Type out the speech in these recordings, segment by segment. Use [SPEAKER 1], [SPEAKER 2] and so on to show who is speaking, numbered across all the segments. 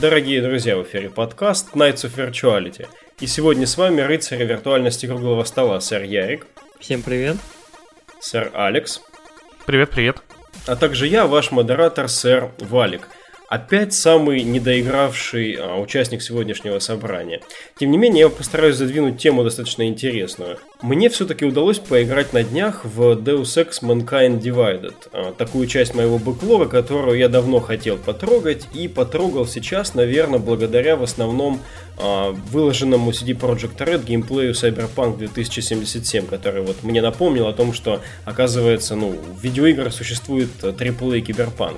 [SPEAKER 1] Дорогие друзья, в эфире подкаст Nights of Virtuality. И сегодня с вами рыцари виртуальности круглого стола, сэр Ярик.
[SPEAKER 2] Всем привет.
[SPEAKER 1] Сэр Алекс.
[SPEAKER 3] Привет.
[SPEAKER 1] А также я, ваш модератор, сэр Валик. Опять самый недоигравший участник сегодняшнего собрания. Тем не менее, я постараюсь задвинуть тему достаточно интересную. Мне все-таки удалось поиграть на днях в Deus Ex Mankind Divided. Такую часть моего бэклога, которую я давно хотел потрогать. И потрогал сейчас, наверное, благодаря в основном выложенному CD Projekt Red геймплею Cyberpunk 2077, который вот мне напомнил о том, что, оказывается, в видеоиграх существует AAA Киберпанк.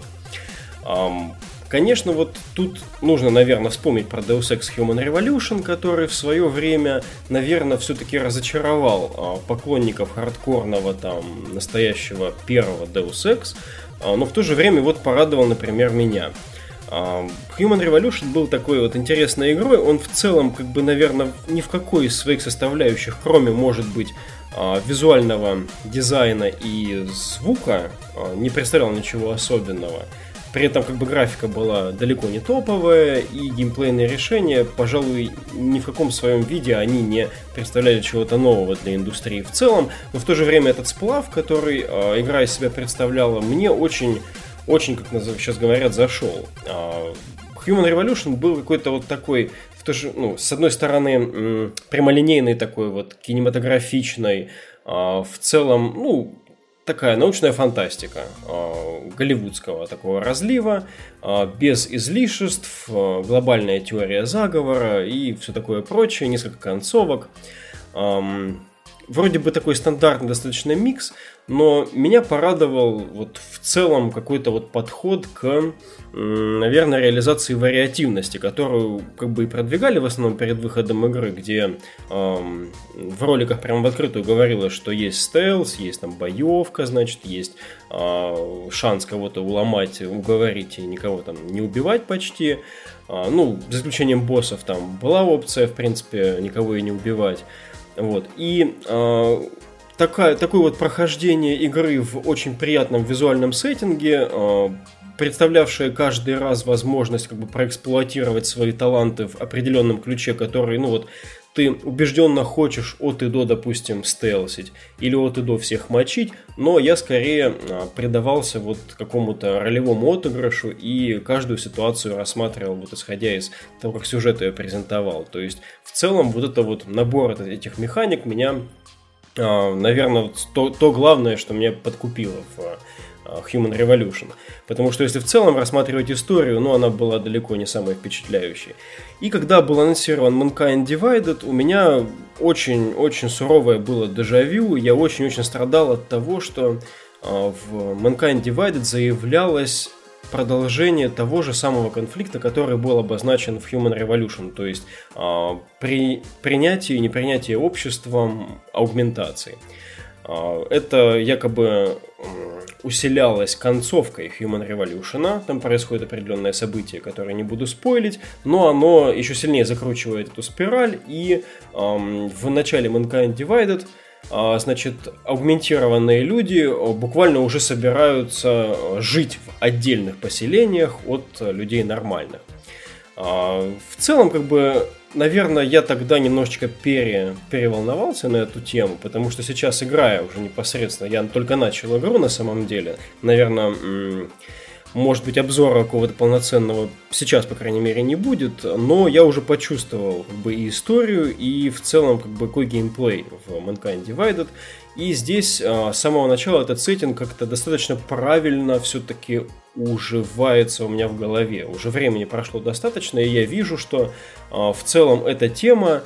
[SPEAKER 1] Конечно, вот тут нужно, наверное, вспомнить про Deus Ex Human Revolution, который в свое время, наверное, все-таки разочаровал поклонников хардкорного, настоящего первого Deus Ex, но в то же время вот порадовал, например, меня. Human Revolution был такой вот интересной игрой, он в целом, наверное, ни в какой из своих составляющих, кроме, может быть, визуального дизайна и звука, не представлял ничего особенного. При этом графика была далеко не топовая, и геймплейные решения, пожалуй, ни в каком своем виде они не представляли чего-то нового для индустрии в целом. Но в то же время этот сплав, который игра из себя представляла, мне очень, как сейчас говорят, зашел. Human Revolution был какой-то вот такой, с одной стороны, прямолинейный такой вот, кинематографичный, в целом, такая научная фантастика голливудского такого разлива, без излишеств, глобальная теория заговора и все такое прочее, несколько концовок. Вроде бы такой стандартный достаточно микс, но меня порадовал вот в целом какой-то вот подход к, наверное, реализации вариативности, которую и продвигали в основном перед выходом игры, где в роликах прямо в открытую говорилось, что есть стелс, есть боевка, значит, есть шанс кого-то уломать, уговорить и никого не убивать почти. За исключением боссов была опция, в принципе, никого и не убивать. Вот. И такое вот прохождение игры в очень приятном визуальном сеттинге, представлявшее каждый раз возможность проэксплуатировать свои таланты в определенном ключе, который, ты убежденно хочешь от и до, допустим, стелсить или от и до всех мочить, но я скорее предавался вот какому-то ролевому отыгрышу и каждую ситуацию рассматривал исходя из того, как сюжет ее презентовал. То есть в целом вот это вот набор этих механик меня, наверное, то главное, что меня подкупило в Human Revolution. Потому что если в целом рассматривать историю, она была далеко не самой впечатляющей. И когда был анонсирован Mankind Divided, у меня очень-очень суровое было дежавю. Я очень-очень страдал от того, что в Mankind Divided заявлялось продолжение того же самого конфликта, который был обозначен в Human Revolution. То есть при принятии и непринятии обществом аугментации. Это якобы усилялось концовкой Human Revolution. Там происходит определенное событие, которое не буду спойлить, но оно еще сильнее закручивает эту спираль. И в начале Mankind Divided, значит, аугментированные люди буквально уже собираются жить в отдельных поселениях от людей нормальных. В целом, наверное, я тогда немножечко переволновался на эту тему, потому что сейчас, играя уже непосредственно, я только начал игру на самом деле. Наверное, может быть, обзора какого-то полноценного сейчас, по крайней мере, не будет, но я уже почувствовал и историю, и в целом какой геймплей в Mankind Divided. И здесь с самого начала этот сеттинг как-то достаточно правильно все-таки уживается у меня в голове. Уже времени прошло достаточно, и я вижу, что в целом эта тема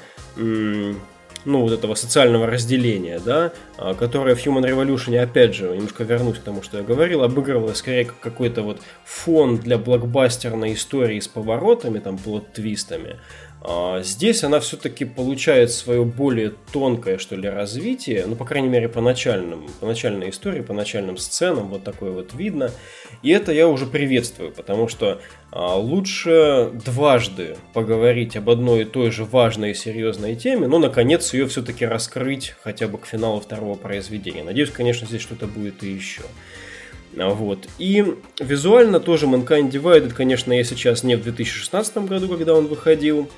[SPEAKER 1] вот этого социального разделения, да, которое в Human Revolution, опять же, немножко вернусь к тому, что я говорил, обыгрывалось скорее как какой-то вот фон для блокбастерной истории с поворотами, плот-твистами. Здесь она все-таки получает свое более тонкое, что ли, развитие, по крайней мере, по начальной истории, по начальным сценам, вот такое вот видно. И это я уже приветствую, потому что лучше дважды поговорить об одной и той же важной и серьезной теме, но, наконец, ее все-таки раскрыть хотя бы к финалу второго произведения. Надеюсь, конечно, здесь что-то будет и еще. Вот. И визуально тоже Mankind Divided, конечно, я сейчас не в 2016 году, когда он выходил.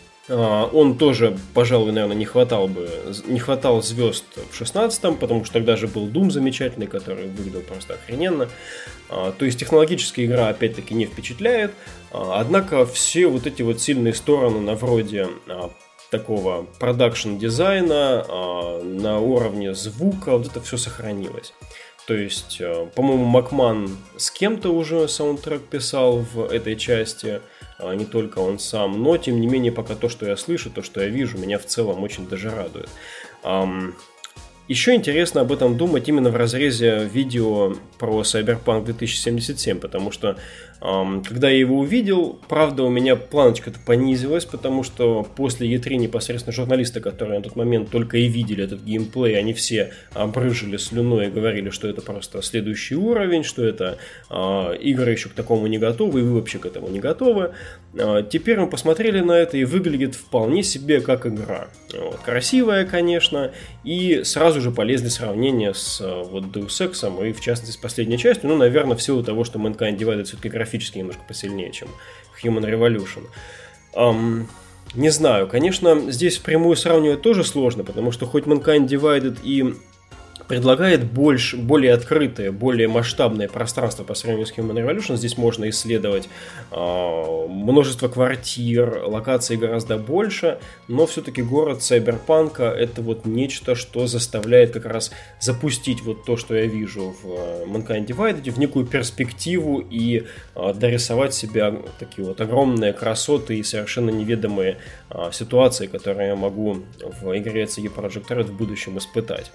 [SPEAKER 1] Он тоже, пожалуй, наверное, не хватал звезд в 16-м, потому что тогда же был Doom замечательный, который выглядел просто охрененно. То есть технологическая игра, опять-таки, не впечатляет. Однако все вот эти вот сильные стороны на вроде такого продакшн-дизайна, на уровне звука, вот это все сохранилось. То есть, по-моему, Макман с кем-то уже саундтрек писал в этой части, не только он сам, но, тем не менее, пока то, что я слышу, то, что я вижу, меня в целом очень даже радует. Еще интересно об этом думать именно в разрезе видео про Cyberpunk 2077, потому что когда я его увидел, правда, у меня планочка-то понизилась, потому что после E3 непосредственно журналисты, которые на тот момент только и видели этот геймплей, они все брызжили слюной и говорили, что это просто следующий уровень, что это игры еще к такому не готовы, и вы вообще к этому не готовы. Теперь мы посмотрели на это, и выглядит вполне себе как игра. Вот. Красивая, конечно, и сразу же полезли сравнения с вот Deus Ex'ом, и в частности с последней частью, ну, наверное, в силу того, что Mankind Divided все-таки графически немножко посильнее, чем Human Revolution. Не знаю, конечно, здесь впрямую сравнивать тоже сложно, потому что хоть Mankind Divided и предлагает более открытое, более масштабное пространство по сравнению с Human Revolution. Здесь можно исследовать множество квартир, локаций гораздо больше, но все-таки город Cyberpunk — это вот нечто, что заставляет как раз запустить вот то, что я вижу в Mankind Divided, в некую перспективу и дорисовать себе такие вот огромные красоты и совершенно неведомые ситуации, которые я могу в игре CD Projekt Red в будущем испытать.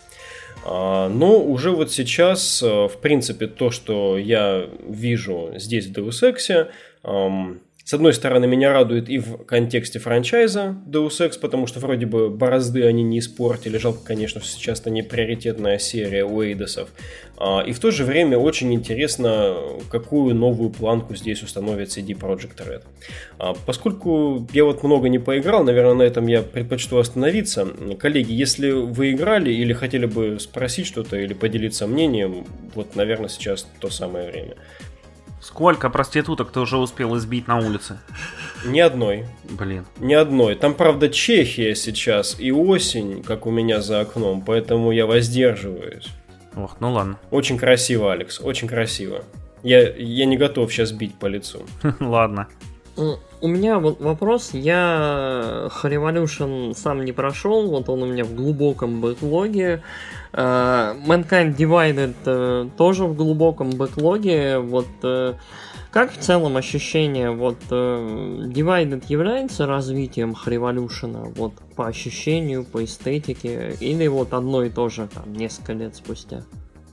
[SPEAKER 1] Но уже вот сейчас, в принципе, то, что я вижу здесь в Deus Ex'е, с одной стороны, меня радует и в контексте франчайза Deus Ex, потому что вроде бы борозды они не испортили. Жалко, конечно, что сейчас это не приоритетная серия у Эйдосов. И в то же время очень интересно, какую новую планку здесь установит CD Projekt Red. Поскольку я вот много не поиграл, наверное, на этом я предпочту остановиться. Коллеги, если вы играли или хотели бы спросить что-то или поделиться мнением, вот, наверное, сейчас то самое время.
[SPEAKER 2] Сколько проституток ты уже успел избить на улице?
[SPEAKER 1] Ни одной.
[SPEAKER 2] Блин.
[SPEAKER 1] Ни одной. Там, правда, Чехия сейчас и осень, как у меня за окном, поэтому я воздерживаюсь.
[SPEAKER 2] Ох, ну ладно.
[SPEAKER 1] Очень красиво, Алекс, очень красиво. Я не готов сейчас бить по лицу.
[SPEAKER 2] Ладно.
[SPEAKER 3] У меня вот вопрос. Я Revolution сам не прошел, вот он у меня в глубоком бэклоге. Mankind Divided тоже в глубоком бэклоге. Вот как в целом ощущение, вот Divided является развитием Revolution, вот по ощущению, по эстетике, или вот одно и то же там несколько лет спустя?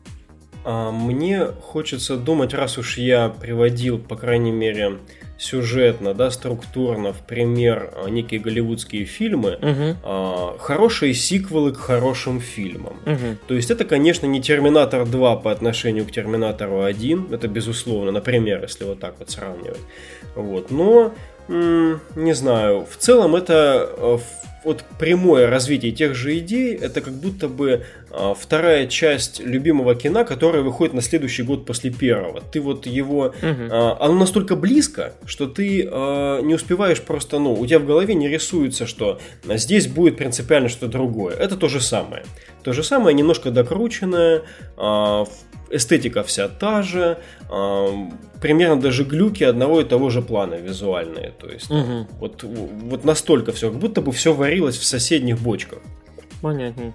[SPEAKER 1] Мне хочется думать, раз уж я приводил, по крайней мере, сюжетно, да, структурно в пример некие голливудские фильмы, хорошие сиквелы к хорошим фильмам. То есть это, конечно, не Терминатор 2 по отношению к Терминатору 1, это безусловно, например, если вот так вот сравнивать. Вот. Но, не знаю, в целом это вот прямое развитие тех же идей, это как будто бы вторая часть любимого кино, которая выходит на следующий год после первого. Ты вот его... Оно настолько близко, что ты не успеваешь просто... у тебя в голове не рисуется, что здесь будет принципиально что-то другое. Это то же самое. То же самое, немножко докрученное, эстетика вся та же, примерно даже глюки одного и того же плана визуальные. То есть вот настолько все, как будто бы все варилось в соседних бочках.
[SPEAKER 3] Понятно.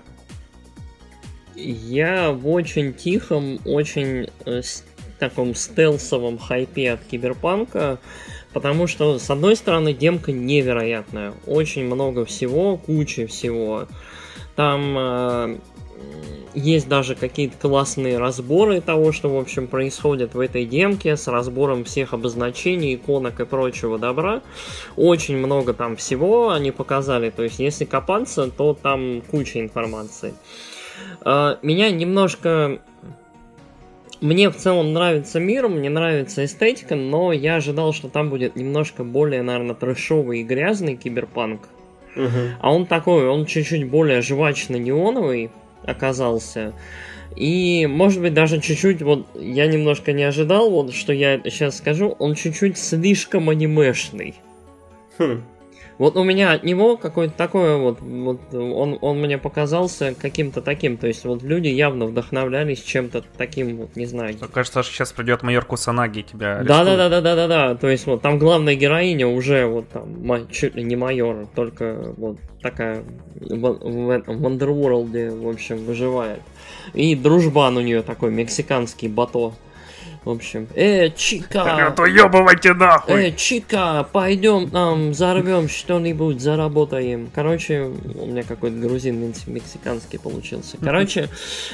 [SPEAKER 3] Я в очень тихом, очень таком стелсовом хайпе от Киберпанка, потому что, с одной стороны, демка невероятная. Очень много всего, куча всего. Там есть даже какие-то классные разборы того, что, в общем, происходит в этой демке, с разбором всех обозначений, иконок и прочего добра. Очень много там всего они показали. То есть, если копаться, то там куча информации. Меня немножко... Мне в целом нравится мир, мне нравится эстетика, но я ожидал, что там будет немножко более, наверное, трэшовый и грязный Киберпанк. А он такой, он чуть-чуть более жвачно-неоновый, оказался. И, может быть, даже чуть-чуть, вот, я немножко не ожидал, вот, что я сейчас скажу, он чуть-чуть слишком анимешный. Вот у меня от него какое-то такое вот он мне показался каким-то таким, то есть вот люди явно вдохновлялись чем-то таким, вот, не знаю.
[SPEAKER 2] Мне кажется, что сейчас придет майор Кусанаги и тебя арестует.
[SPEAKER 3] Да, то есть вот там главная героиня уже вот там чуть ли не майор, только вот такая в Underworld, в общем, выживает. И дружбан у нее такой мексиканский бато. В общем, Чика!
[SPEAKER 2] Уебывайте нахуй!
[SPEAKER 3] Чика, пойдем там взорвем что-нибудь, заработаем. Короче, у меня какой-то грузин мексиканский получился. Короче,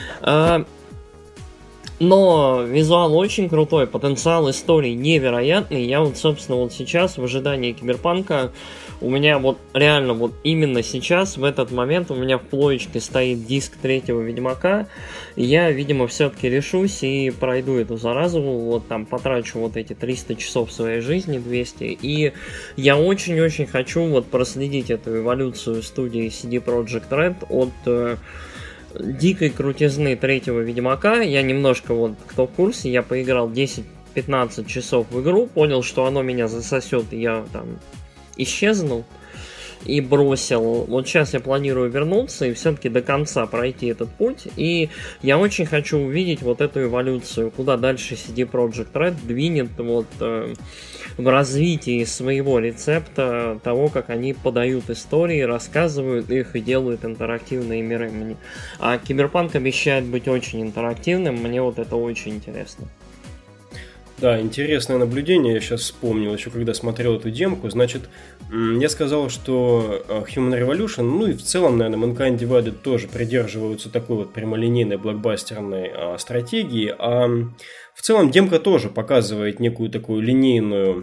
[SPEAKER 3] но визуал очень крутой, потенциал истории невероятный. Я вот, собственно, вот сейчас в ожидании Киберпанка у меня вот реально вот именно сейчас, в этот момент, у меня в плоечке стоит диск третьего Ведьмака. Я, видимо, все-таки решусь и пройду эту заразу, вот там потрачу вот эти 300 часов своей жизни, 200. И я очень-очень хочу вот проследить эту эволюцию студии CD Projekt Red от дикой крутизны третьего Ведьмака. Я немножко, вот, кто в курсе, я поиграл 10-15 часов в игру, понял, что оно меня засосет, и я там исчезнул и бросил. Вот сейчас я планирую вернуться и все-таки до конца пройти этот путь. И я очень хочу увидеть вот эту эволюцию, куда дальше CD Projekt Red двинет вот в развитии своего рецепта того, как они подают истории, рассказывают их и делают интерактивные миры. А Киберпанк обещает быть очень интерактивным, мне вот это очень интересно.
[SPEAKER 1] Да, интересное наблюдение, я сейчас вспомнил, еще когда смотрел эту демку. Значит, я сказал, что Human Revolution, ну и в целом, наверное, Mankind Divided тоже придерживаются такой вот прямолинейной блокбастерной стратегии, а в целом демка тоже показывает некую такую линейную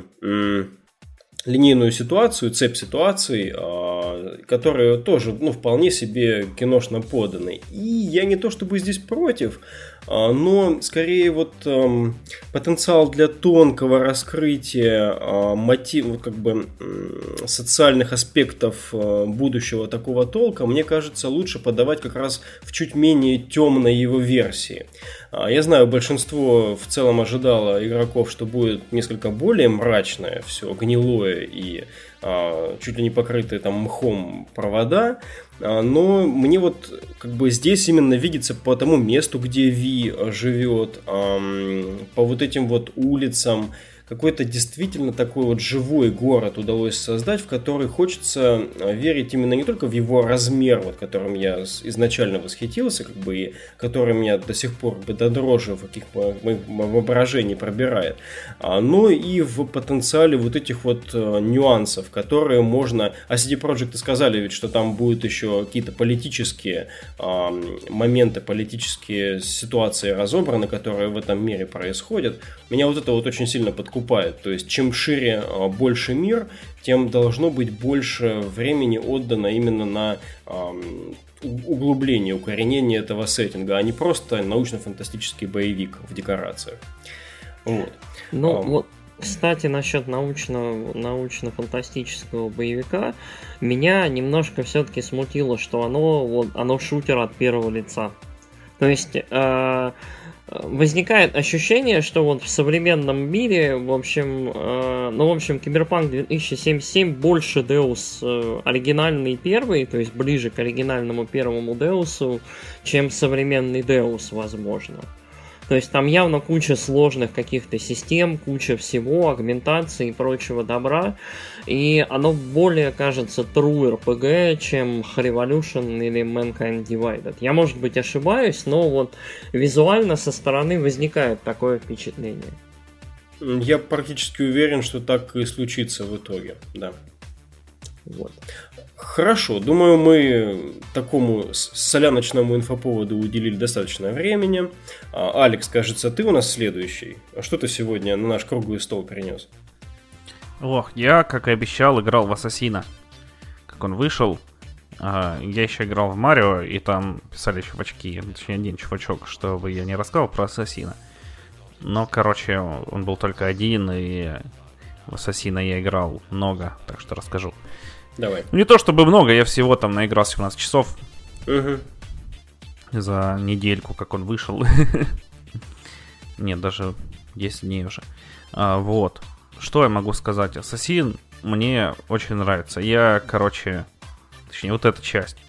[SPEAKER 1] ситуацию, цепь ситуаций, которые тоже, ну, вполне себе киношно поданы. И я не то чтобы здесь против, но скорее вот потенциал для тонкого раскрытия мотивов, как бы социальных аспектов будущего такого толка, мне кажется, лучше подавать как раз в чуть менее темной его версии. Я знаю, большинство в целом ожидало игроков, что будет несколько более мрачное, все гнилое и чуть ли не покрытые там мхом провода, но мне вот как бы здесь именно видится по тому месту, где Ви живет, по вот этим вот улицам, какой-то действительно такой вот живой город удалось создать, в который хочется верить именно не только в его размер, вот, которым я изначально восхитился, как бы, и который меня до сих пор до дрожи в каких-то моих воображений пробирает, но и в потенциале вот этих вот нюансов, которые можно... А CD Projekt сказали ведь, что там будут еще какие-то политические моменты, политические ситуации разобраны, которые в этом мире происходят. Меня вот это вот очень сильно подкупает. То есть, чем шире, больше мир, тем должно быть больше времени отдано именно на углубление, укоренение этого сеттинга, а не просто научно-фантастический боевик в декорациях. Вот.
[SPEAKER 3] Ну, вот, кстати, насчет научно-фантастического боевика, меня немножко все-таки смутило, что оно шутер от первого лица. То есть... возникает ощущение, что вот в современном мире, в общем, Киберпанк 2077 больше Deus оригинальный первый, то есть ближе к оригинальному первому Deus'у, чем современный Deus, возможно. То есть там явно куча сложных каких-то систем, куча всего, агментации и прочего добра. И оно более, кажется, true RPG, чем Revolution или Mankind Divided. Я, может быть, ошибаюсь, но вот визуально со стороны возникает такое впечатление.
[SPEAKER 1] Я практически уверен, что так и случится в итоге, да.
[SPEAKER 3] Вот.
[SPEAKER 1] Хорошо, думаю, мы такому соляночному инфоповоду уделили достаточно времени. Алекс, кажется, ты у нас следующий. А что ты сегодня на наш круглый стол принес?
[SPEAKER 2] Ох, я, как и обещал, играл в Ассасина. Как он вышел, я еще играл в Марио, и там писали чувачки, точнее один чувачок, чтобы я не рассказал про Ассасина. Но, короче, он был только один, и в Ассасина я играл много, так что расскажу.
[SPEAKER 1] Давай.
[SPEAKER 2] Не то чтобы много, я всего там наиграл 17 часов.
[SPEAKER 1] Угу.
[SPEAKER 2] за недельку, как он вышел. Нет, даже 10 дней уже. Вот. Что я могу сказать? Ассасин мне очень нравится. Точнее, вот эта часть.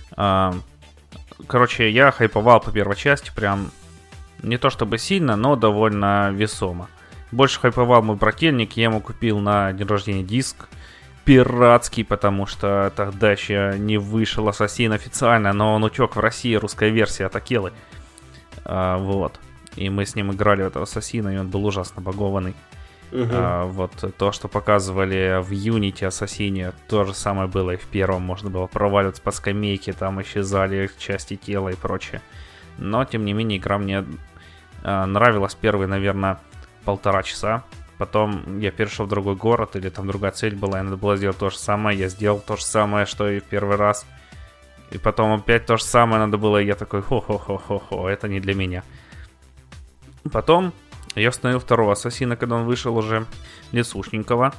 [SPEAKER 2] Короче, я хайповал по первой части прям не то чтобы сильно, но довольно весомо. Больше хайповал мой брательник, я ему купил на день рождения диск пиратский, потому что тогда еще не вышел Ассасин официально, но он утек в России, русская версия от Акелы. Вот. И мы с ним играли в этого Ассасина, и он был ужасно багованный. Вот то, что показывали в Unity Ассасине, то же самое было и в первом. Можно было проваливаться по скамейке, там исчезали части тела и прочее. Но, тем не менее, игра мне нравилась первые, наверное, 1,5 часа. Потом я перешел в другой город, или там другая цель была, и надо было сделать то же самое. Я сделал то же самое, что и в первый раз. И потом опять то же самое надо было, и я такой, хо-хо-хо-хо-хо, это не для меня. Потом я установил второго Ассасина, когда он вышел уже, Лесушненького.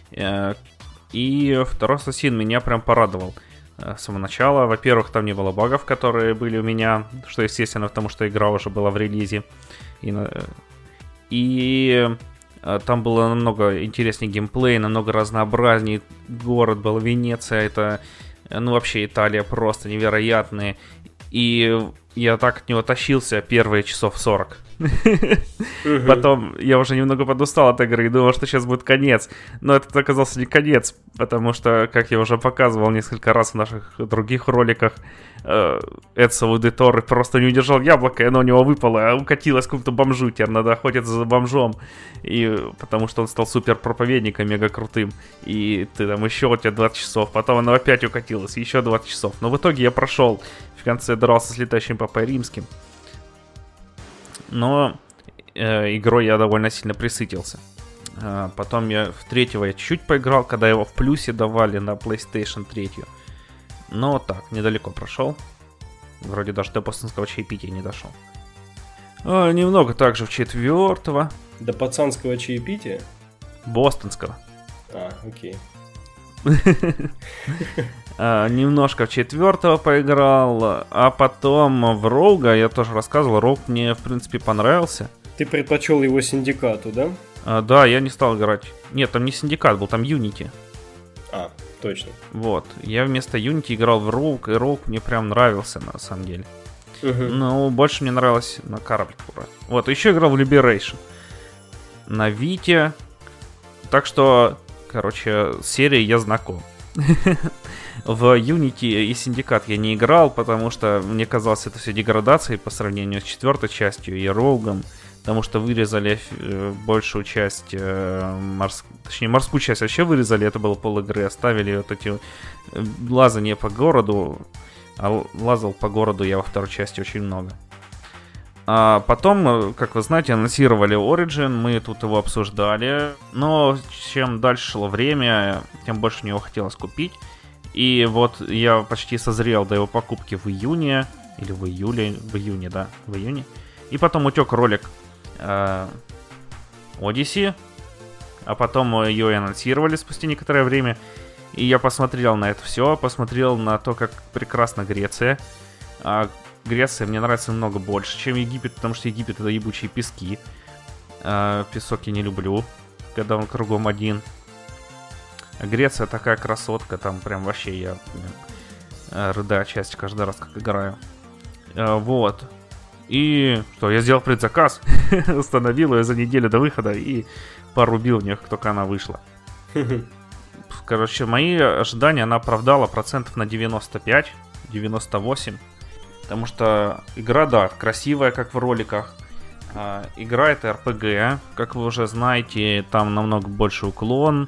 [SPEAKER 2] И второй Ассасин меня прям порадовал с самого начала. Во-первых, там не было багов, которые были у меня, что естественно, потому что игра уже была в релизе. И там было намного интереснее геймплей, намного разнообразнее. Город был Венеция, это, вообще Италия просто невероятные. И я так от него тащился первые часов 40. Потом я уже немного подустал от игры и думал, что сейчас будет конец. Но это оказался не конец, потому что, как я уже показывал несколько раз в наших других роликах, Эдсо Аудиторе просто не удержал яблоко, и оно у него выпало, а укатилось к какому-то бомжу. Теперь надо охотиться за бомжом. И потому что он стал супер проповедником, мега крутым. И ты там еще у тебя 20 часов. Потом оно опять укатилось, еще 20 часов. Но в итоге я прошел. В конце дрался с летающим папой римским. Но игрой я довольно сильно присытился. Потом в третьего я чуть-чуть поиграл, когда его в плюсе давали на PlayStation 3. Но так, недалеко прошел. Вроде даже до бостонского чаепития не дошел. Немного также в четвертого.
[SPEAKER 1] До пацанского чаепития?
[SPEAKER 2] Бостонского.
[SPEAKER 1] Окей.
[SPEAKER 2] Немножко в четвертого поиграл, а потом в Роуга, я тоже рассказывал, Роуг мне в принципе понравился.
[SPEAKER 1] Ты предпочел его Синдикату, да?
[SPEAKER 2] Да, я не стал играть. Нет, там не Синдикат был, там Unity.
[SPEAKER 1] Точно.
[SPEAKER 2] Вот, я вместо Unity играл в Роуг, и Роуг мне прям нравился на самом деле. Но больше мне нравилось на кораблик брать. Вот, еще играл в Liberation на Вите. Так что, короче, с серией я знаком. В Unity и Синдикат я не играл, потому что мне казалось это все деградацией по сравнению с четвертой частью и Роугом, потому что вырезали большую часть, точнее морскую часть вообще вырезали, это было пол игры, оставили вот эти лазания по городу, а лазал по городу я во второй части очень много. А потом, как вы знаете, анонсировали Origin, мы тут его обсуждали, но чем дальше шло время, тем больше мне его хотелось купить. И вот я почти созрел до его покупки в июне, или в июне, да, в июне. И потом утек ролик Odyssey, а потом ее и анонсировали спустя некоторое время. И я посмотрел на это все, посмотрел на то, как прекрасна Греция. Греция мне нравится намного больше, чем Египет, потому что Египет — это ебучие пески. Песок я не люблю, когда он кругом один. А Греция такая красотка, там прям вообще я рыдаю часть каждый раз, как играю. Вот. И что, я сделал предзаказ, установил ее за неделю до выхода и порубил в нее, как только она вышла. Короче, мои ожидания она оправдала процентов на 95-98. Потому что игра, да, красивая, как в роликах. Игра — это RPG, как вы уже знаете, там намного больше уклон.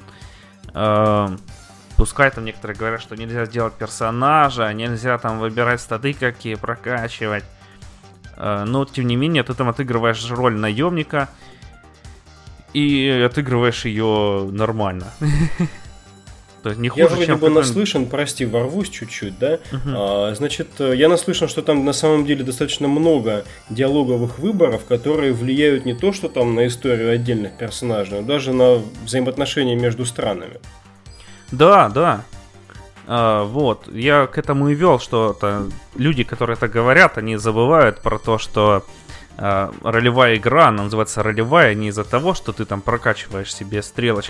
[SPEAKER 2] Пускай там некоторые говорят, что нельзя сделать персонажа, нельзя там выбирать статы какие, прокачивать. Но, тем не менее, ты там отыгрываешь роль наемника и отыгрываешь ее нормально. То есть не хуже,
[SPEAKER 1] я вроде бы наслышан, прости, ворвусь чуть-чуть, да? Значит, я наслышан, что там на самом деле достаточно много диалоговых выборов, которые влияют не то, что там на историю отдельных персонажей, но даже на взаимоотношения между странами.
[SPEAKER 2] Да, да. Вот, я к этому и вел, что люди, которые это говорят, они забывают про то, что ролевая игра, она называется ролевая не из-за того, что ты там прокачиваешь себе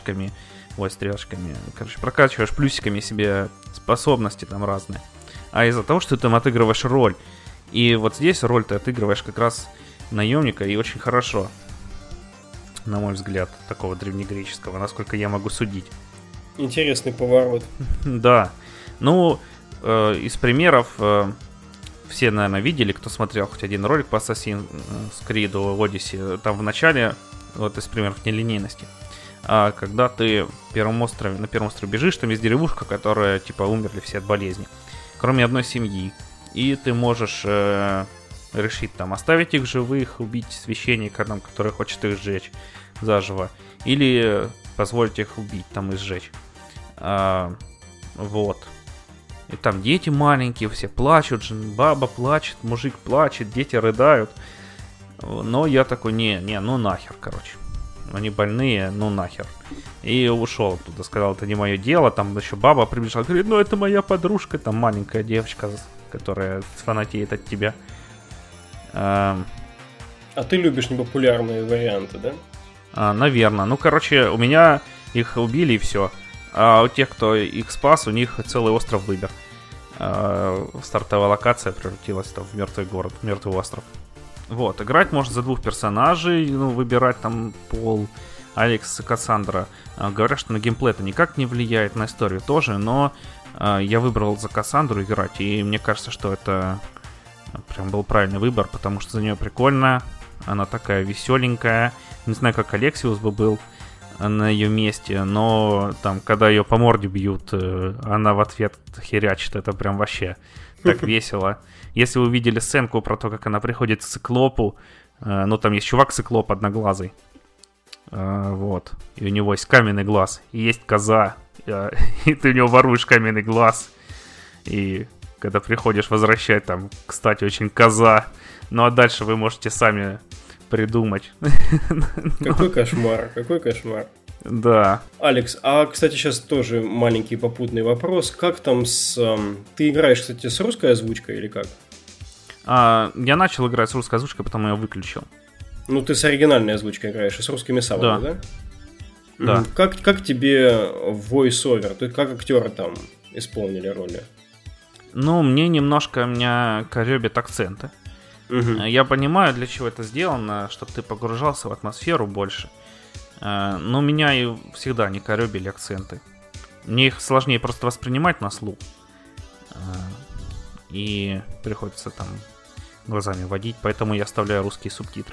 [SPEAKER 2] прокачиваешь плюсиками себе способности там разные, а из-за того, что ты там отыгрываешь роль. И вот здесь роль ты отыгрываешь как раз наемника, и очень хорошо, на мой взгляд, такого древнегреческого, насколько я могу судить.
[SPEAKER 1] Интересный поворот.
[SPEAKER 2] Да. Ну, из примеров все, наверное, видели, кто смотрел хоть один ролик по Assassin's Creed Odyssey. Там в начале, вот из примеров нелинейности, когда ты на первом острове бежишь, там есть деревушка, которая, типа, умерли все от болезни, кроме одной семьи. И ты можешь решить там оставить их живых, убить священника, там, который хочет их сжечь заживо, или позволить их убить там и сжечь. Вот. И там дети маленькие, все плачут, баба плачет, мужик плачет, дети рыдают. Но я такой, ну нахер, короче. Они больные, ну нахер. И ушел оттуда, сказал, это не мое дело. Там еще баба прибежала, говорит, ну это моя подружка, там маленькая девочка, которая фанатеет от тебя.
[SPEAKER 1] А ты любишь непопулярные варианты, да?
[SPEAKER 2] Наверное. Ну, короче, у меня их убили и все. А у тех, кто их спас, у них целый остров выбор. Стартовая локация превратилась там в мертвый город, мертвый остров. Вот, играть можно за двух персонажей, выбирать там пол, Алекс и Кассандра. Говорят, что на геймплей это никак не влияет, на историю тоже, но я выбрал за Кассандру играть, и мне кажется, что это прям был правильный выбор, потому что за нее прикольно, она такая веселенькая. Не знаю, как Алексиус бы был на ее месте, но там, когда ее по морде бьют, она в ответ херячит, это прям вообще так весело. Если вы видели сценку про то, как она приходит к циклопу, ну там есть чувак-циклоп одноглазый, вот, и у него есть каменный глаз, и есть коза, и ты у него воруешь каменный глаз, и когда приходишь возвращать, там, кстати, очень коза, ну а дальше вы можете сами придумать.
[SPEAKER 1] Какой кошмар, какой кошмар.
[SPEAKER 2] Да.
[SPEAKER 1] Алекс, а, кстати, сейчас тоже маленький попутный вопрос. Как там Ты играешь, кстати, с русской озвучкой или как?
[SPEAKER 2] Я начал играть с русской озвучкой, потом я выключил.
[SPEAKER 1] Ну, ты с оригинальной озвучкой играешь, и с русскими сабами, да?
[SPEAKER 2] Да.
[SPEAKER 1] Как тебе voice-over? То есть, как актеры там исполнили роли?
[SPEAKER 2] Ну, меня корёбят акценты. Я понимаю, для чего это сделано, чтобы ты погружался в атмосферу больше. Но меня и всегда не корёбили акценты. Мне их сложнее просто воспринимать на слух. И приходится там глазами водить, поэтому я оставляю русские субтитры.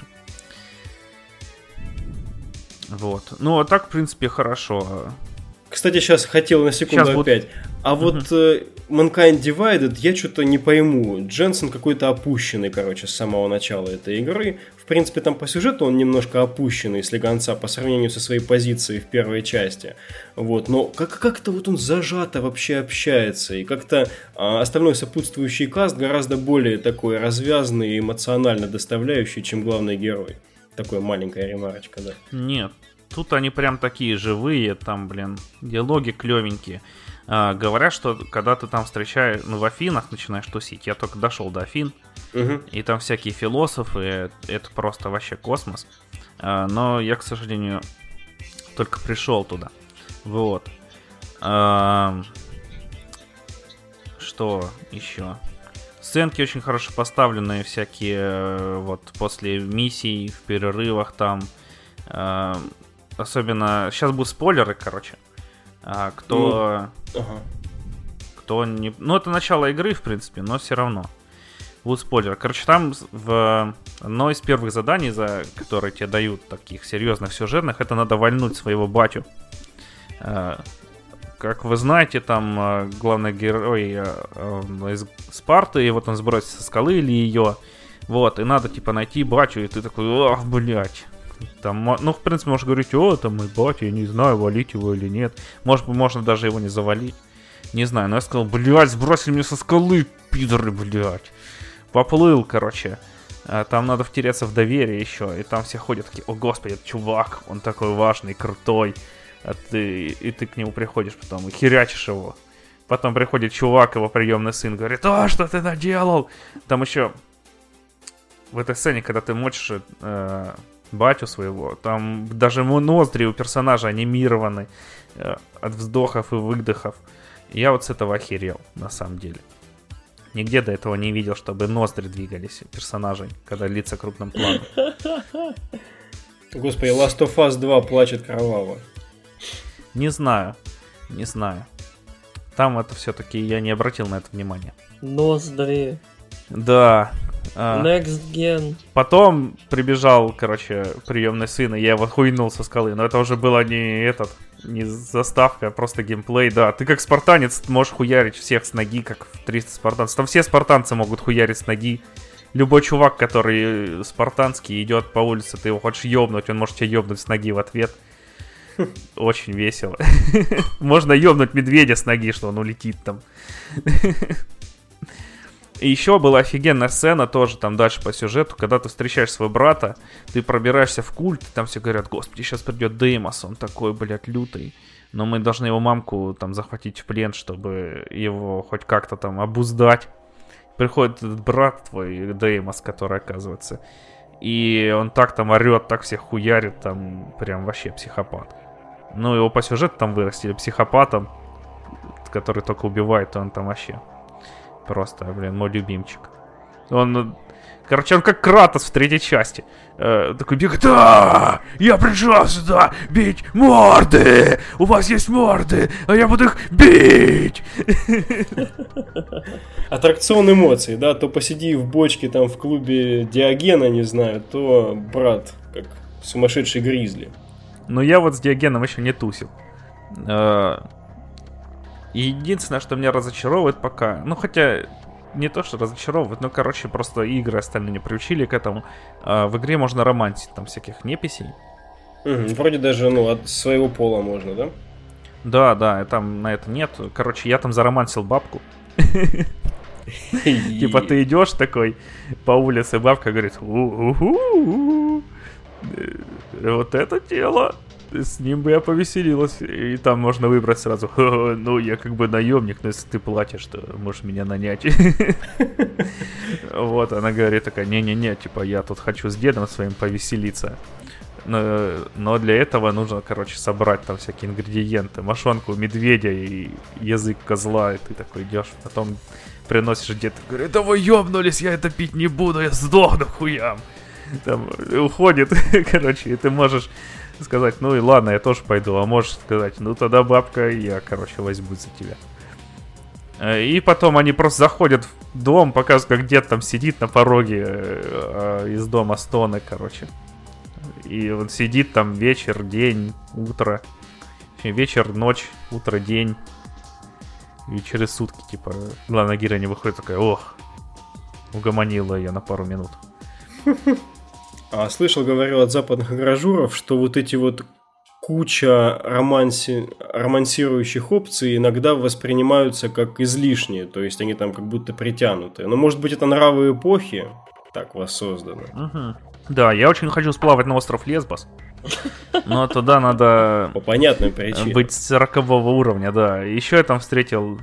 [SPEAKER 2] Вот. Ну, а так, в принципе, хорошо.
[SPEAKER 1] Кстати, сейчас хотел на секунду опять. А вот Mankind Divided я что-то не пойму. Дженсен какой-то опущенный, короче, с самого начала этой игры. В принципе, там по сюжету он немножко опущенный с слегонца по сравнению со своей позицией в первой части. Вот. Но как-то вот он зажато вообще общается. И как-то остальной сопутствующий каст гораздо более такой развязанный и эмоционально доставляющий, чем главный герой. Такая маленькая ремарочка, да.
[SPEAKER 2] Нет. Тут они прям такие живые, там, диалоги клевенькие. Говорят, что когда ты там встречаешь, в Афинах начинаешь тусить, я только дошел до Афин, и там всякие философы, это просто вообще космос. Но я, к сожалению, только пришел туда. Вот. Что еще? Сценки очень хорошо поставленные, всякие вот после миссий, в перерывах там. Особенно... Сейчас будут спойлеры, короче. Кто не... Ну, это начало игры, в принципе, но все равно. Будут спойлеры. Короче, там в одно из первых заданий, за которые тебе дают таких серьезных сюжетных, это надо вальнуть своего батю. Как вы знаете, там главный герой из Спарты, и вот он сбросится со скалы или ее. Вот, и надо, типа, найти батю, и ты такой, ох, блядь. Там, ну, в принципе, можешь говорить, это мой батя, я не знаю, валить его или нет. Может быть, можно даже его не завалить. Не знаю, но я сказал, блядь, сбросили меня со скалы, пидоры, блядь. Поплыл, короче. Там надо втереться в доверие еще. И там все ходят такие, о, господи, это чувак, он такой важный, крутой. И ты к нему приходишь потом и херячишь его. Потом приходит чувак, его приемный сын, говорит: «А, что ты наделал?» Там еще в этой сцене, когда ты мочишь батю своего, там даже ноздри у персонажа анимированы от вздохов и выдохов. Я вот с этого охерел, на самом деле. Нигде до этого не видел, чтобы ноздри двигались у персонажей, когда лица крупным планом.
[SPEAKER 1] Господи, Last of Us 2 плачет кроваво.
[SPEAKER 2] Не знаю. Там это все-таки я не обратил на это внимания.
[SPEAKER 3] Ноздри.
[SPEAKER 2] Да.
[SPEAKER 3] Next Gen.
[SPEAKER 2] Потом прибежал, приемный сын, и я его хуйнул со скалы. Но это уже было не заставка, а просто геймплей, да. Ты как спартанец можешь хуярить всех с ноги, как в 300 спартанцев. Там все спартанцы могут хуярить с ноги. Любой чувак, который спартанский, идет по улице, ты его хочешь ёбнуть, он может тебя ёбнуть с ноги в ответ. Очень весело. Можно ёбнуть медведя с ноги, что он улетит там. И еще была офигенная сцена тоже там дальше по сюжету, когда ты встречаешь своего брата, ты пробираешься в культ, и там все говорят: «Господи, сейчас придет Деймос, он такой, блядь, лютый. Но мы должны его мамку там захватить в плен, чтобы его хоть как-то там обуздать». Приходит этот брат твой, Деймос, который, оказывается, и он так там орет, так всех хуярит, там прям вообще психопат. Ну, его по сюжету там вырастили психопатом, который только убивает, он там вообще просто, мой любимчик. Он как Кратос в третьей части. Такой бегает: «Да, я пришел сюда бить морды! У вас есть морды, а я буду их бить!»
[SPEAKER 1] Аттракцион эмоций, да, то посиди в бочке там в клубе Диогена, не знаю, то брат, как сумасшедший гризли.
[SPEAKER 2] Но я вот с Диогеном еще не тусил. Единственное, что меня разочаровывает пока, хотя не то, что разочаровывает, просто игры остальные не приучили к этому. В игре можно романтить там всяких неписей.
[SPEAKER 1] Вроде даже, от своего пола можно, да?
[SPEAKER 2] Да, там на это нет. Я там заромансил бабку. Типа ты идешь такой по улице, бабка говорит: вот это тело, с ним бы я повеселилась. И там можно выбрать сразу: я как бы наемник, но если ты платишь, то можешь меня нанять. Вот, она говорит такая: не-не-не, типа я тут хочу с дедом своим повеселиться. Но для этого нужно, собрать там всякие ингредиенты. Мошонку медведя и язык козла. И ты такой идешь, потом приносишь дед, говорит: да вы ёбнулись, я это пить не буду, я сдохну хуям. Там уходит, и ты можешь сказать: ну и ладно, я тоже пойду. А можешь сказать: ну тогда, бабка, я, возьмусь за тебя. И потом они просто заходят в дом, показывают, как дед там сидит на пороге из дома стоны, И он сидит там вечер, день, утро. Вечер, ночь, утро, день. И через сутки, главная героиня выходит такая: ох, угомонила я на пару минут.
[SPEAKER 1] Слышал, говорил от западных агражуров, что вот эти вот куча романсирующих опций иногда воспринимаются как излишние, то есть они там как будто притянуты. Но может быть это нравы эпохи так воссозданы.
[SPEAKER 2] Да, я очень хочу сплавать на остров Лесбос, но туда надо
[SPEAKER 1] по понятным причинам
[SPEAKER 2] быть 40-го уровня, да. Еще я там встретил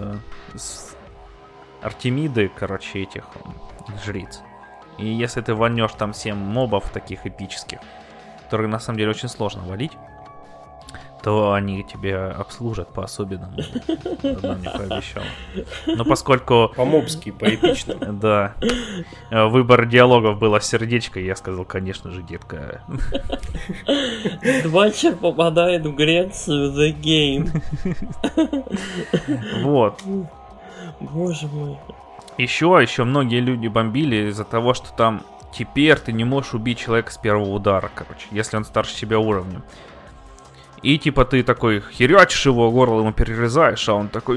[SPEAKER 2] Артемиды, этих жриц. И если ты вальнешь там 7 мобов таких эпических, которые на самом деле очень сложно валить, то они тебя обслужат по-особенному. Она мне пообещала. Но поскольку...
[SPEAKER 1] По-мобски, по-эпичному.
[SPEAKER 2] Да. Выбор диалогов было сердечко, и я сказал: конечно же, детка.
[SPEAKER 3] Двачер попадает в Грецию, The Game.
[SPEAKER 2] Вот.
[SPEAKER 3] Боже мой.
[SPEAKER 2] Еще многие люди бомбили из-за того, что там теперь ты не можешь убить человека с первого удара, если он старше тебя уровнем. И ты такой херячишь его, горло ему перерезаешь, а он такой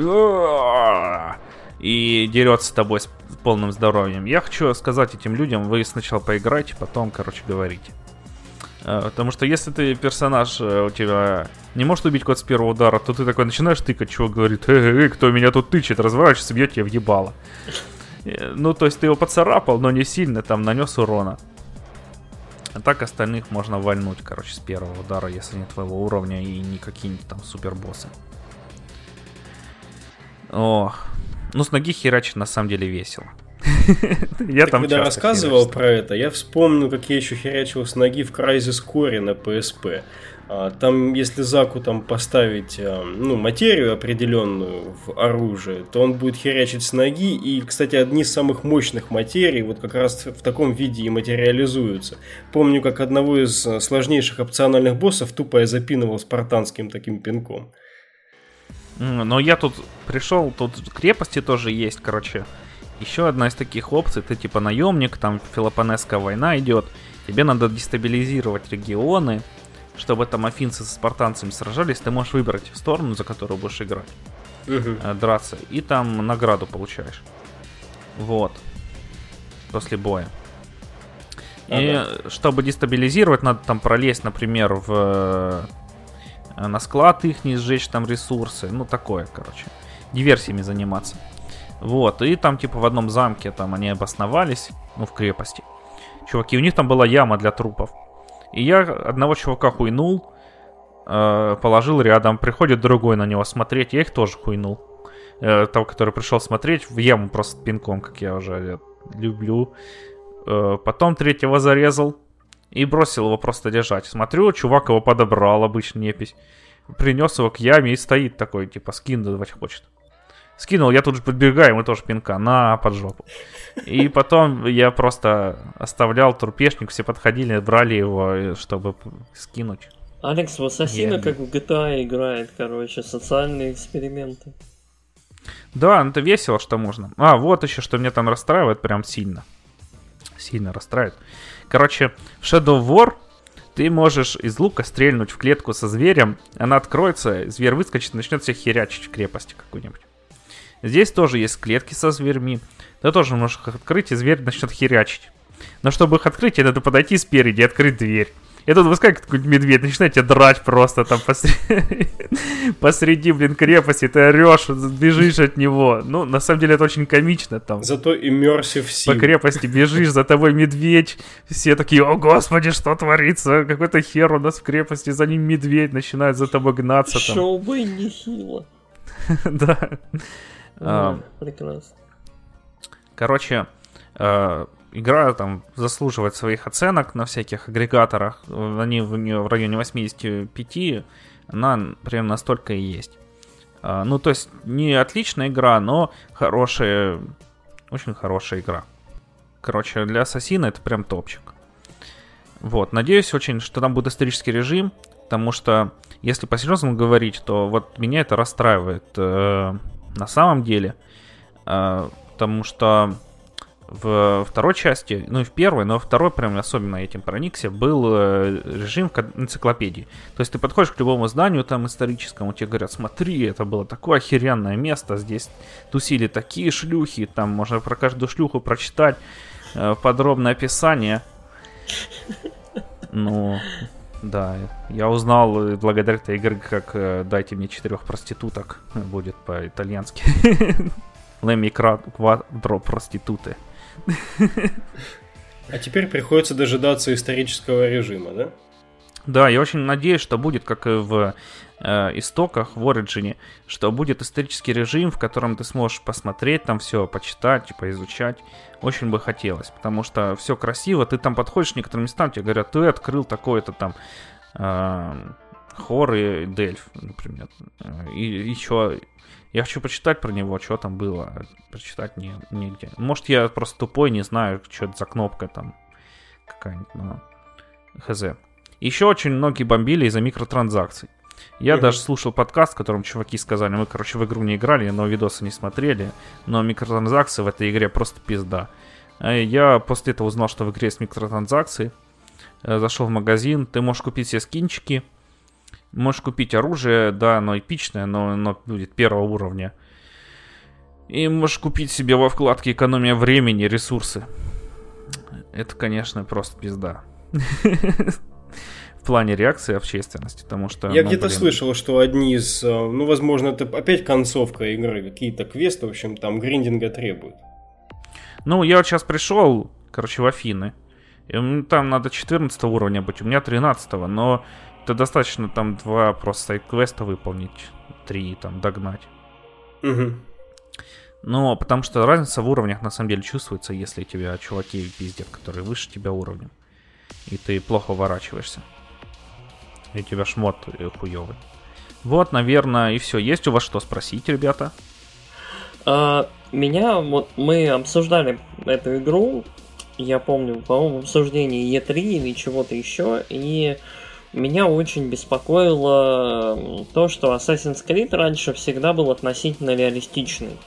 [SPEAKER 2] и дерется с тобой с полным здоровьем. Я хочу сказать этим людям: вы сначала поиграйте, потом, говорите. Потому что если ты персонаж, у тебя не может убить кого-то с первого удара, то ты такой начинаешь тыкать, чего говорит: кто меня тут тычет, разворачивается, бьет тебя в ебало. То есть ты его поцарапал, но не сильно, там нанес урона. А так остальных можно вальнуть, с первого удара, если не твоего уровня и не какие-нибудь там супербоссы. Ох. Ну, с ноги херачить на самом деле весело. Я
[SPEAKER 1] Ты
[SPEAKER 2] там
[SPEAKER 1] когда
[SPEAKER 2] часто
[SPEAKER 1] рассказывал
[SPEAKER 2] херачил.
[SPEAKER 1] про это, я вспомнил, как я еще херячил с ноги в Crysis Core на PSP. Там, если Заку там поставить материю определенную в оружие, то он будет херячить с ноги. И, кстати, одни из самых мощных материй вот как раз в таком виде и материализуются. Помню, как одного из сложнейших опциональных боссов тупо я запинывал спартанским таким пинком.
[SPEAKER 2] Но я тут пришел, тут крепости тоже есть, короче. Еще одна из таких опций, ты типа наемник, там Пелопонесская война идет. Тебе надо дестабилизировать регионы, чтобы там афинцы со спартанцами сражались. Ты можешь выбрать сторону, за которую будешь играть, драться, и там награду получаешь. Вот. После боя. И чтобы дестабилизировать, надо там пролезть, например, на склад их, не сжечь там ресурсы. Ну, такое, короче. Диверсиями заниматься. Вот, и там типа в одном замке там они обосновались, ну, в крепости. Чуваки, у них там была яма для трупов. И я одного чувака хуйнул, положил рядом, приходит другой на него смотреть, я их тоже хуйнул. Того, который пришел смотреть, в яму просто пинком, как я уже люблю. Потом третьего зарезал и бросил его просто лежать. Смотрю, чувак его подобрал, обычный непись. Принес его к яме и стоит такой, типа, скидывать хочет. Скинул, я тут же подбегаю, ему тоже пинка на под жопу. И потом я просто оставлял трупешник, все подходили, брали его, чтобы скинуть.
[SPEAKER 3] Алекс в Ассасина как в GTA играет, короче, социальные эксперименты.
[SPEAKER 2] Да, это весело, что можно. Вот еще, что меня там расстраивает прям сильно. Сильно расстраивает. Короче, в Shadow War ты можешь из лука стрельнуть в клетку со зверем, она откроется, зверь выскочит и начнет всех херячить в крепости какой-нибудь. Здесь тоже есть клетки со зверьми. Ты тоже можешь их открыть, и зверь начнет херячить. Но чтобы их открыть, тебе надо подойти спереди и открыть дверь. И тут выскакивает какой-нибудь медведь, начинает тебя драть просто там посреди, крепости. Ты орешь, бежишь от него. Ну, на самом деле, это очень комично там.
[SPEAKER 1] Зато immersive sim.
[SPEAKER 2] По крепости бежишь, за тобой медведь. Все такие, о господи, что творится? Какой-то хер у нас в крепости, за ним медведь начинает за тобой гнаться.
[SPEAKER 3] Шоу бы нехило.
[SPEAKER 2] Да.
[SPEAKER 3] Прекрасно.
[SPEAKER 2] Короче, игра там заслуживает своих оценок на всяких агрегаторах. Они в нее в районе 85. Она примерно настолько и есть. Ну, то есть, не отличная игра, но хорошая, очень хорошая игра. Короче, для Ассасина это прям топчик. Вот, надеюсь очень, что там будет исторический режим, потому что, если по-серьезному говорить, то вот меня это расстраивает на самом деле, потому что в второй части, ну и в первой, но во второй прям особенно этим проникся, был режим энциклопедии. То есть ты подходишь к любому зданию там историческому, тебе говорят, смотри, это было такое охеренное место, здесь тусили такие шлюхи, там можно про каждую шлюху прочитать подробное описание. Ну, да, я узнал благодаря этой игре, как «Дайте мне 4 проституток» будет по-итальянски. Лемми квадро проституты.
[SPEAKER 1] А теперь приходится дожидаться исторического режима, да?
[SPEAKER 2] Да, я очень надеюсь, что будет, как и в истоках, в Origin, что будет исторический режим, в котором ты сможешь посмотреть там все, почитать, поизучать. Очень бы хотелось, потому что все красиво, ты там подходишь к некоторым местам, тебе говорят, ты открыл такое-то там Хор и Дельф, например. И еще я хочу почитать про него, что там было, прочитать нигде. Может, я просто тупой, не знаю, что это за кнопка там какая-нибудь, но хз. Еще очень многие бомбили из-за микротранзакций. Я даже слушал подкаст, в котором чуваки сказали, мы, короче, в игру не играли, но видосы не смотрели, но микротранзакции в этой игре просто пизда. Я после этого узнал, что в игре есть микротранзакции. Зашел в магазин, ты можешь купить себе скинчики, можешь купить оружие, да, оно эпичное, но оно будет первого уровня. И можешь купить себе во вкладке экономия времени, ресурсы. Это, конечно, просто пизда. В плане реакции общественности, потому что...
[SPEAKER 1] Я где-то слышал, что одни из... Ну, возможно, это опять концовка игры, какие-то квесты, в общем, там гриндинга требуют.
[SPEAKER 2] Ну, я вот сейчас пришел, короче, в Афины. И там надо 14 уровня быть, у меня 13-го, но это достаточно там 2 просто сайд-квеста выполнить, 3 там догнать.
[SPEAKER 1] Угу.
[SPEAKER 2] Ну, потому что разница в уровнях на самом деле чувствуется, если тебя чуваки пиздят, которые выше тебя уровнем. И ты плохо уворачиваешься. И у тебя шмот хуёвый. Вот, наверное, и все. Есть у вас что спросить, ребята?
[SPEAKER 3] Мы обсуждали эту игру, я помню, по-моему, в обсуждении E3 или чего-то еще, и меня очень беспокоило то, что Assassin's Creed раньше всегда был относительно реалистичный.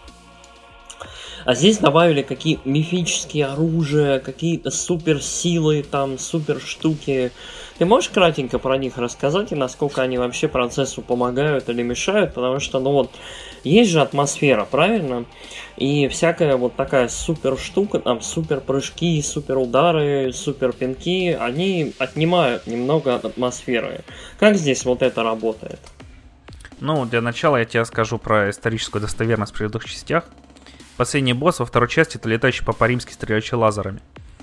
[SPEAKER 3] А здесь добавили какие мифические оружия, какие-то суперсилы, там, супер штуки. Ты можешь кратенько про них рассказать и насколько они вообще процессу помогают или мешают? Потому что, есть же атмосфера, правильно? И всякая вот такая супер штука, там, супер прыжки, супер удары, супер пинки, они отнимают немного от атмосферы. Как здесь вот это работает?
[SPEAKER 2] Ну, для начала я тебе скажу про историческую достоверность в предыдущих частях. Последний босс во второй части — это летающий по-римски, стреляющий лазерами.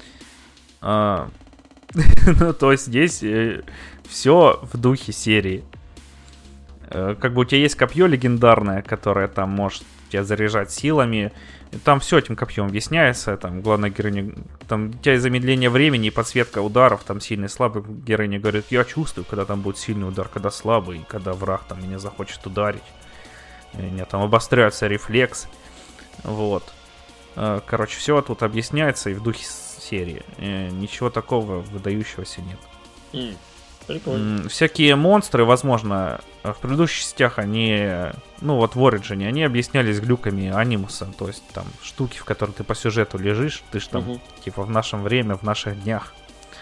[SPEAKER 2] Ну, то есть здесь все в духе серии. Как бы у тебя есть копье легендарное, которое там может тебя заряжать силами. И там все этим копьем объясняется. Там главная героиня... Там у тебя замедление времени и подсветка ударов. Там сильный, слабый. Героиня говорит: я чувствую, когда там будет сильный удар, когда слабый, и когда враг там меня захочет ударить. И у меня там обостряется рефлекс. Вот. Короче, все тут объясняется и в духе серии. Ничего такого выдающегося нет. Прикольно. Всякие монстры, возможно, в предыдущих частях они, ну вот в Origin, они объяснялись глюками анимуса. То есть там штуки, в которых ты по сюжету лежишь, ты ж там типа в нашем время, в наших днях.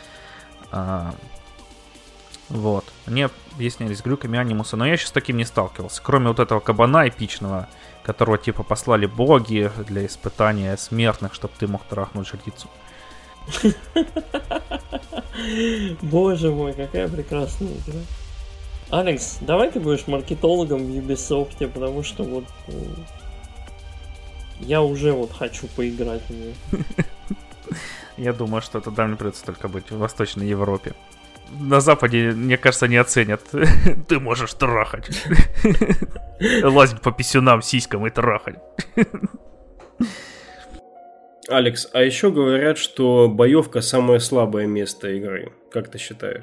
[SPEAKER 2] Вот. Они объяснялись глюками анимуса, но я еще с таким не сталкивался. Кроме вот этого кабана эпичного, которого типа послали боги для испытания смертных, чтобы ты мог трахнуть жрицу.
[SPEAKER 3] Боже мой, какая прекрасная игра. Алекс, давай ты будешь маркетологом в Ubisoft, потому что вот я уже вот хочу поиграть в нее.
[SPEAKER 2] Я думаю, что тогда мне придется только быть в Восточной Европе. На Западе, мне кажется, не оценят. Ты можешь трахать. Лазить по писюнам, сиськам и трахать.
[SPEAKER 1] Алекс, а еще говорят, что боевка самое слабое место игры. Как ты считаешь?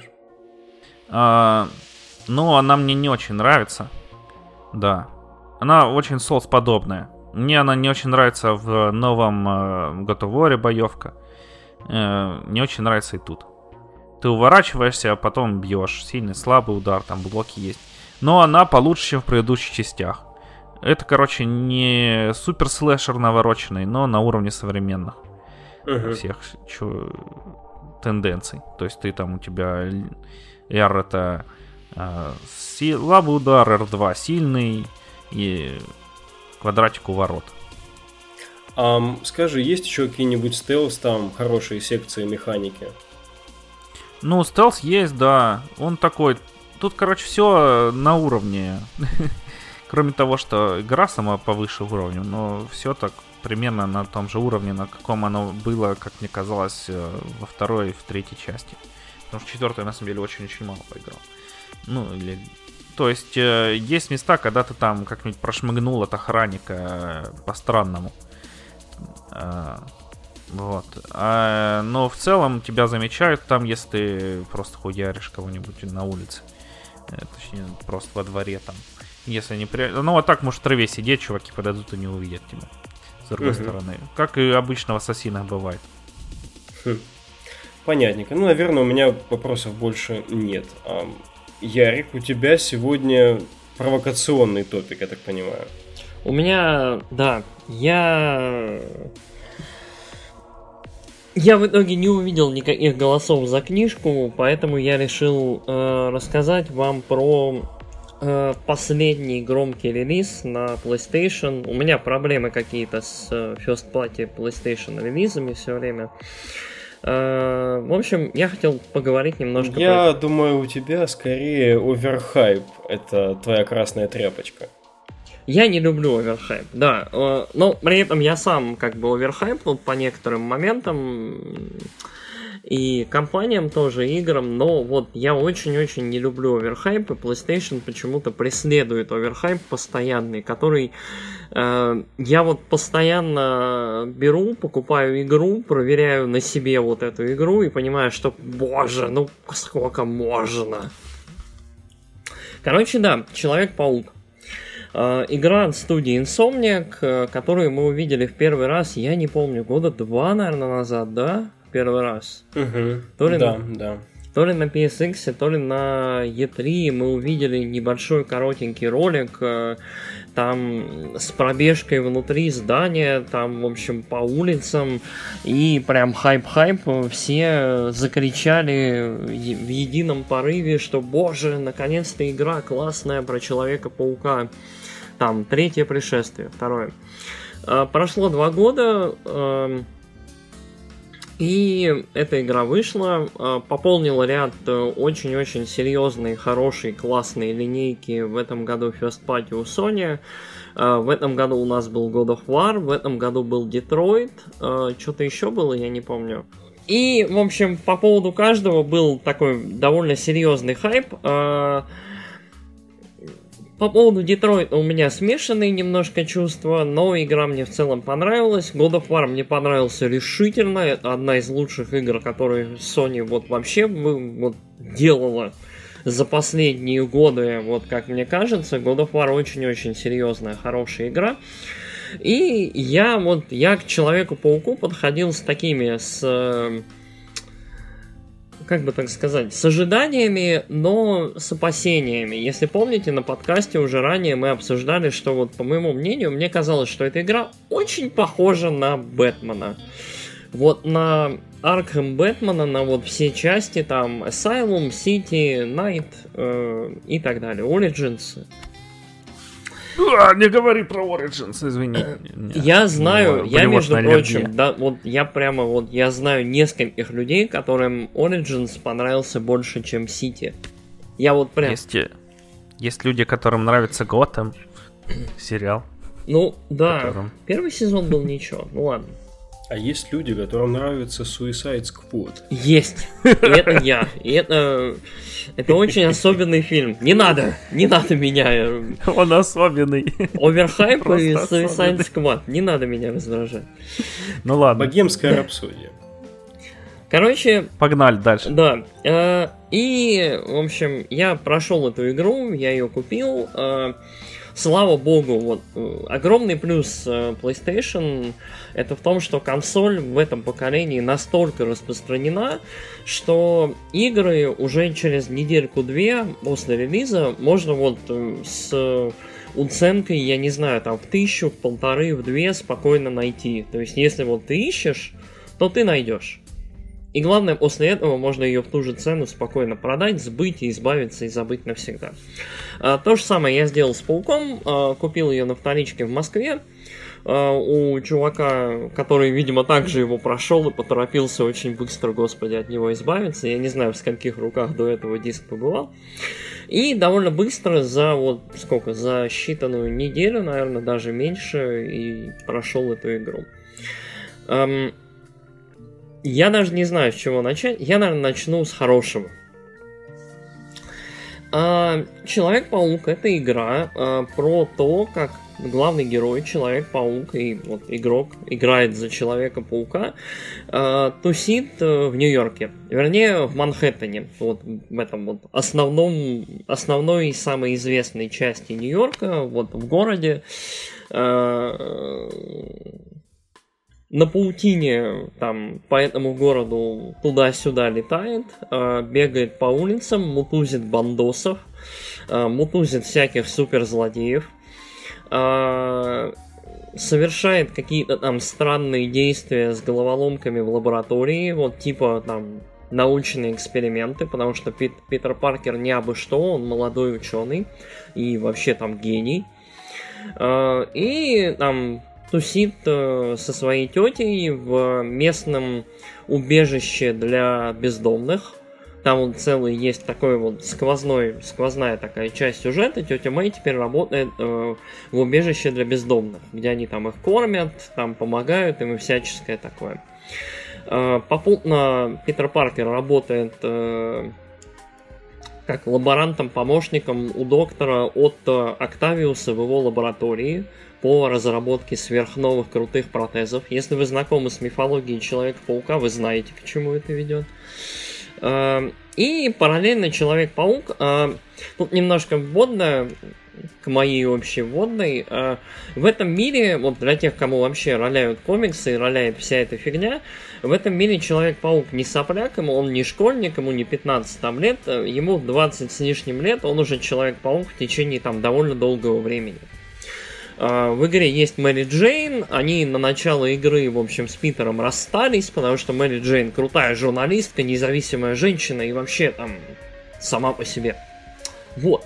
[SPEAKER 2] Ну, она мне не очень нравится. Да. Она очень Souls-подобная. Мне она не очень нравится в новом God of War боевка. Не очень нравится и тут. Ты уворачиваешься, а потом бьешь. Сильный, слабый удар, там блоки есть. Но она получше, чем в предыдущих частях. Это, короче, не супер слэшер навороченный, но на уровне современных всех тенденций. То есть ты там, у тебя R это слабый удар, R2 сильный и квадратик у ворот.
[SPEAKER 1] Скажи, есть еще какие-нибудь стелс, там хорошие секции механики?
[SPEAKER 2] Ну, стелс есть, да. Он такой... Тут, короче, все на уровне. Кроме того, что игра сама повыше уровнем, но все так примерно на том же уровне, на каком оно было, как мне казалось, во второй и в третьей части. Потому что в четвертой, на самом деле, очень-очень мало поиграл. Ну, или... То есть, есть места, когда ты там как-нибудь прошмыгнул от охранника по-странному. Вот. Но в целом тебя замечают там, если ты просто хуяришь кого-нибудь на улице. Точнее, просто во дворе там. Если не ну, вот так, может, в траве сидеть, чуваки подойдут и не увидят тебя. С другой стороны. Как и обычно в ассасинах бывает.
[SPEAKER 1] Понятненько. Ну, наверное, у меня вопросов больше нет. Ярик, у тебя сегодня провокационный топик, я так понимаю.
[SPEAKER 3] У меня, да, я в итоге не увидел никаких голосов за книжку, поэтому я решил рассказать вам про последний громкий релиз на PlayStation. У меня проблемы какие-то с First Party PlayStation релизами все время. В общем, я хотел поговорить немножко
[SPEAKER 1] Я думаю, у тебя скорее оверхайп. Это твоя красная тряпочка.
[SPEAKER 3] Я не люблю оверхайп, да. Но при этом я сам как бы оверхайпнул по некоторым моментам. и компаниям тоже, играм, но вот я очень-очень не люблю оверхайп, и PlayStation почему-то преследует оверхайп постоянный, который я вот постоянно беру, покупаю игру, проверяю на себе вот эту игру и понимаю, что, боже, ну сколько можно. Короче, да, Человек-паук. Игра от студии Insomniac, которую мы увидели в первый раз, я не помню, года 2, наверное, назад, да? Первый раз. То ли то ли на PSX, то ли на E3 мы увидели небольшой коротенький ролик, там с пробежкой внутри здания, там, в общем, по улицам, и прям хайп-хайп, все закричали в едином порыве, что, боже, наконец-то игра классная про Человека-паука. Там, 3-е пришествие, 2-е. Прошло 2 года, и эта игра вышла, пополнила ряд очень-очень серьезной, хорошей, классной линейки в этом году First Party у Sony. В этом году у нас был God of War, в этом году был Detroit, что-то еще было, я не помню. И, в общем, по поводу каждого был такой довольно серьезный хайп. По поводу Детройта у меня смешанные немножко чувства, но игра мне в целом понравилась. God of War мне понравился решительно. Это одна из лучших игр, которые Sony вот вообще вот делала за последние годы, вот как мне кажется. God of War очень-очень серьезная, хорошая игра. И я к Человеку-пауку подходил с такими, как бы так сказать, с ожиданиями, но с опасениями. Если помните, на подкасте уже ранее мы обсуждали, что вот, по моему мнению, мне казалось, что эта игра очень похожа на Бэтмена. Вот на Arkham Бэтмена, на вот все части, там, Asylum, City, Night и так далее, Origins.
[SPEAKER 2] Не говори про Origins, извини.
[SPEAKER 3] Я знаю, я, между прочим, да, вот я прямо вот, я знаю нескольких людей, которым Origins понравился больше, чем City. Я вот прям...
[SPEAKER 2] Есть люди, которым нравится Готэм, сериал.
[SPEAKER 3] Ну, да, первый сезон был ничего, ну ладно.
[SPEAKER 1] А есть люди, которым нравится Suicide Squad.
[SPEAKER 3] Есть. И это я. И это очень особенный фильм. Не надо меня.
[SPEAKER 2] Он особенный.
[SPEAKER 3] Оверхайп и Suicide Squad. Не надо меня раздражать.
[SPEAKER 2] Ну ладно.
[SPEAKER 1] Богемская рапсодия.
[SPEAKER 3] Короче...
[SPEAKER 2] Погнали дальше.
[SPEAKER 3] Да. И, в общем, я прошел эту игру, я ее купил. Слава богу, вот огромный плюс PlayStation это в том, что консоль в этом поколении настолько распространена, что игры уже через недельку-две после релиза можно вот с уценкой, я не знаю, там в 1000, в 1500, в 2 спокойно найти. То есть, если вот ты ищешь, то ты найдешь. И главное, после этого можно ее в ту же цену спокойно продать, сбыть и избавиться и забыть навсегда. То же самое я сделал с Пауком. Купил ее на вторичке в Москве. У чувака, который, видимо, также его прошел и поторопился очень быстро, господи, от него избавиться. Я не знаю, в скольких руках до этого диск побывал. И довольно быстро, за считанную неделю, наверное, даже меньше, и прошел эту игру. Я даже не знаю, с чего начать. Я, наверное, начну с хорошего. Человек-паук — это игра про то, как главный герой, Человек-паук, и вот игрок играет за Человека-паука, тусит в Нью-Йорке. Вернее, в Манхэттене. Вот в этом вот основной и самой известной части Нью-Йорка, вот в городе. На паутине там по этому городу туда-сюда летает, бегает по улицам, мутузит бандосов, мутузит всяких суперзлодеев, совершает какие-то там странные действия с головоломками в лаборатории, вот типа там научные эксперименты, потому что Питер Паркер не абы что, он молодой ученый и вообще там гений. И там тусит со своей тетей в местном убежище для бездомных. Там вот целый есть такой вот сквозная такая часть сюжета. Тетя Мэй теперь работает в убежище для бездомных, где они там их кормят, там помогают им и всяческое такое. Попутно Питер Паркер работает как лаборантом-помощником у доктора Отто Октавиуса в его лаборатории по разработке сверхновых крутых протезов. Если вы знакомы с мифологией Человека-паука, вы знаете, к чему это ведет. И параллельно Человек-паук, тут немножко вводная к моей общей вводной. В этом мире, вот для тех, кому вообще роляют комиксы и роляет вся эта фигня, в этом мире Человек-паук не сопляк, он не школьник, ему не 15 там лет, ему 20 с лишним лет, он уже Человек-паук в течение там довольно долгого времени. В игре есть Мэри Джейн, они на начало игры, в общем, с Питером расстались, потому что Мэри Джейн крутая журналистка, независимая женщина и вообще там сама по себе. Вот.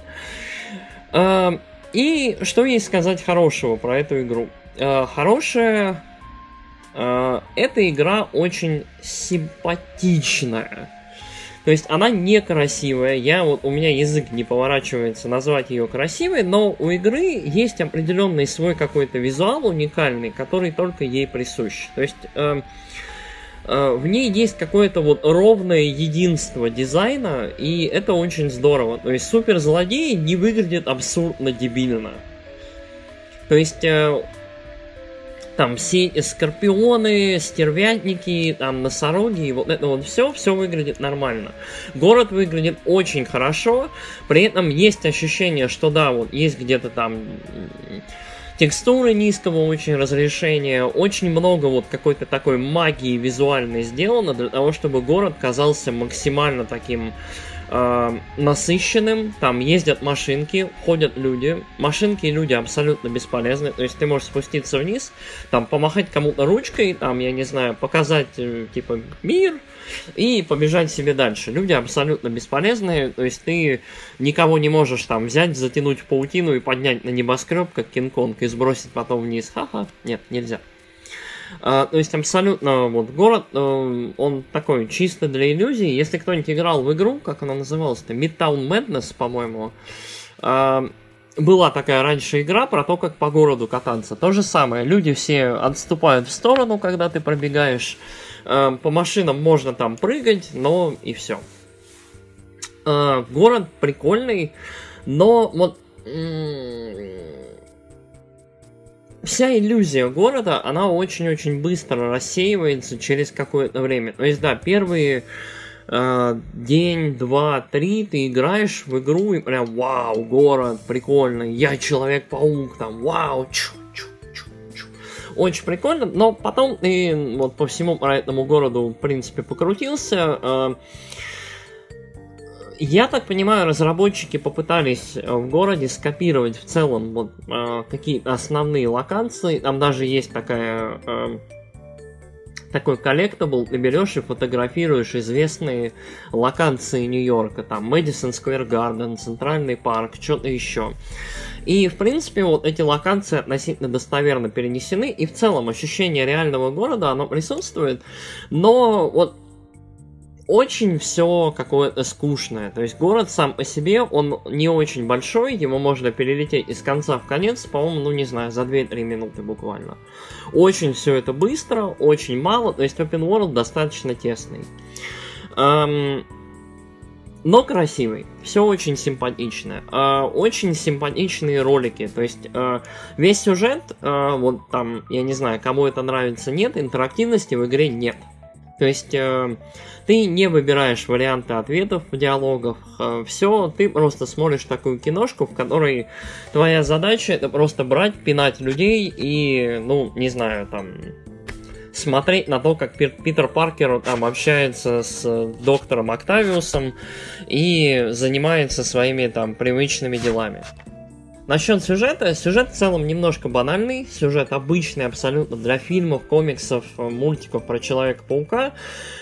[SPEAKER 3] И что есть сказать хорошего про эту игру? Хорошая... Эта игра очень симпатичная. То есть она некрасивая. У меня язык не поворачивается назвать ее красивой, но у игры есть определенный свой какой-то визуал уникальный, который только ей присущ. То есть в ней есть какое-то вот ровное единство дизайна, и это очень здорово. То есть суперзлодей не выглядит абсурдно дебильно. То есть там все скорпионы, стервятники, там носороги, и вот это вот все выглядит нормально. Город выглядит очень хорошо, при этом есть ощущение, что да, вот есть где-то там текстуры низкого очень разрешения, очень много вот какой-то такой магии визуальной сделано для того, чтобы город казался максимально таким насыщенным. Там ездят машинки, ходят люди. Машинки и люди абсолютно бесполезны. То есть ты можешь спуститься вниз, там помахать кому-то ручкой, там, я не знаю, показать типа мир и побежать себе дальше. Люди абсолютно бесполезные. То есть ты никого не можешь там взять, затянуть в паутину и поднять на небоскреб, как Кинг-Конг, и сбросить потом вниз. Ха-ха. Нет, нельзя. То есть абсолютно вот город, он такой чисто для иллюзий. Если кто-нибудь играл в игру, как она называлась-то, Midtown Madness, по-моему, была такая раньше игра про то, как по городу кататься. То же самое, люди все отступают в сторону, когда ты пробегаешь. По машинам можно там прыгать, но и все. Город прикольный, но вот... Вся иллюзия города, она очень-очень быстро рассеивается через какое-то время. То есть, да, первые день, два, три ты играешь в игру и прям вау, город прикольный, я Человек-паук, там, вау, чу-чу-чу-чу. Очень прикольно, но потом ты вот по всему этому городу, в принципе, покрутился. Я так понимаю, разработчики попытались в городе скопировать в целом вот, какие-то основные локации. Там даже есть такой коллектабл. Ты берешь и фотографируешь известные локации Нью-Йорка. Там Мэдисон Сквер Гарден, Центральный парк, что-то еще. И, в принципе, вот эти локации относительно достоверно перенесены. И в целом ощущение реального города, оно присутствует. Но вот очень все какое-то скучное. То есть город сам по себе, он не очень большой, его можно перелететь из конца в конец, по-моему, ну не знаю, за 2-3 минуты буквально. Очень все это быстро, очень мало, то есть open world достаточно тесный. Но красивый, все очень симпатичное. Очень симпатичные ролики, то есть весь сюжет, вот там, я не знаю, кому это нравится, нет, интерактивности в игре нет. То есть ты не выбираешь варианты ответов в диалогах, все, ты просто смотришь такую киношку, в которой твоя задача это просто брать, пинать людей и, ну, не знаю, там, смотреть на то, как Питер Паркер там общается с доктором Октавиусом и занимается своими там привычными делами. Насчет сюжета. Сюжет в целом немножко банальный. Сюжет обычный абсолютно для фильмов, комиксов, мультиков про Человека-паука.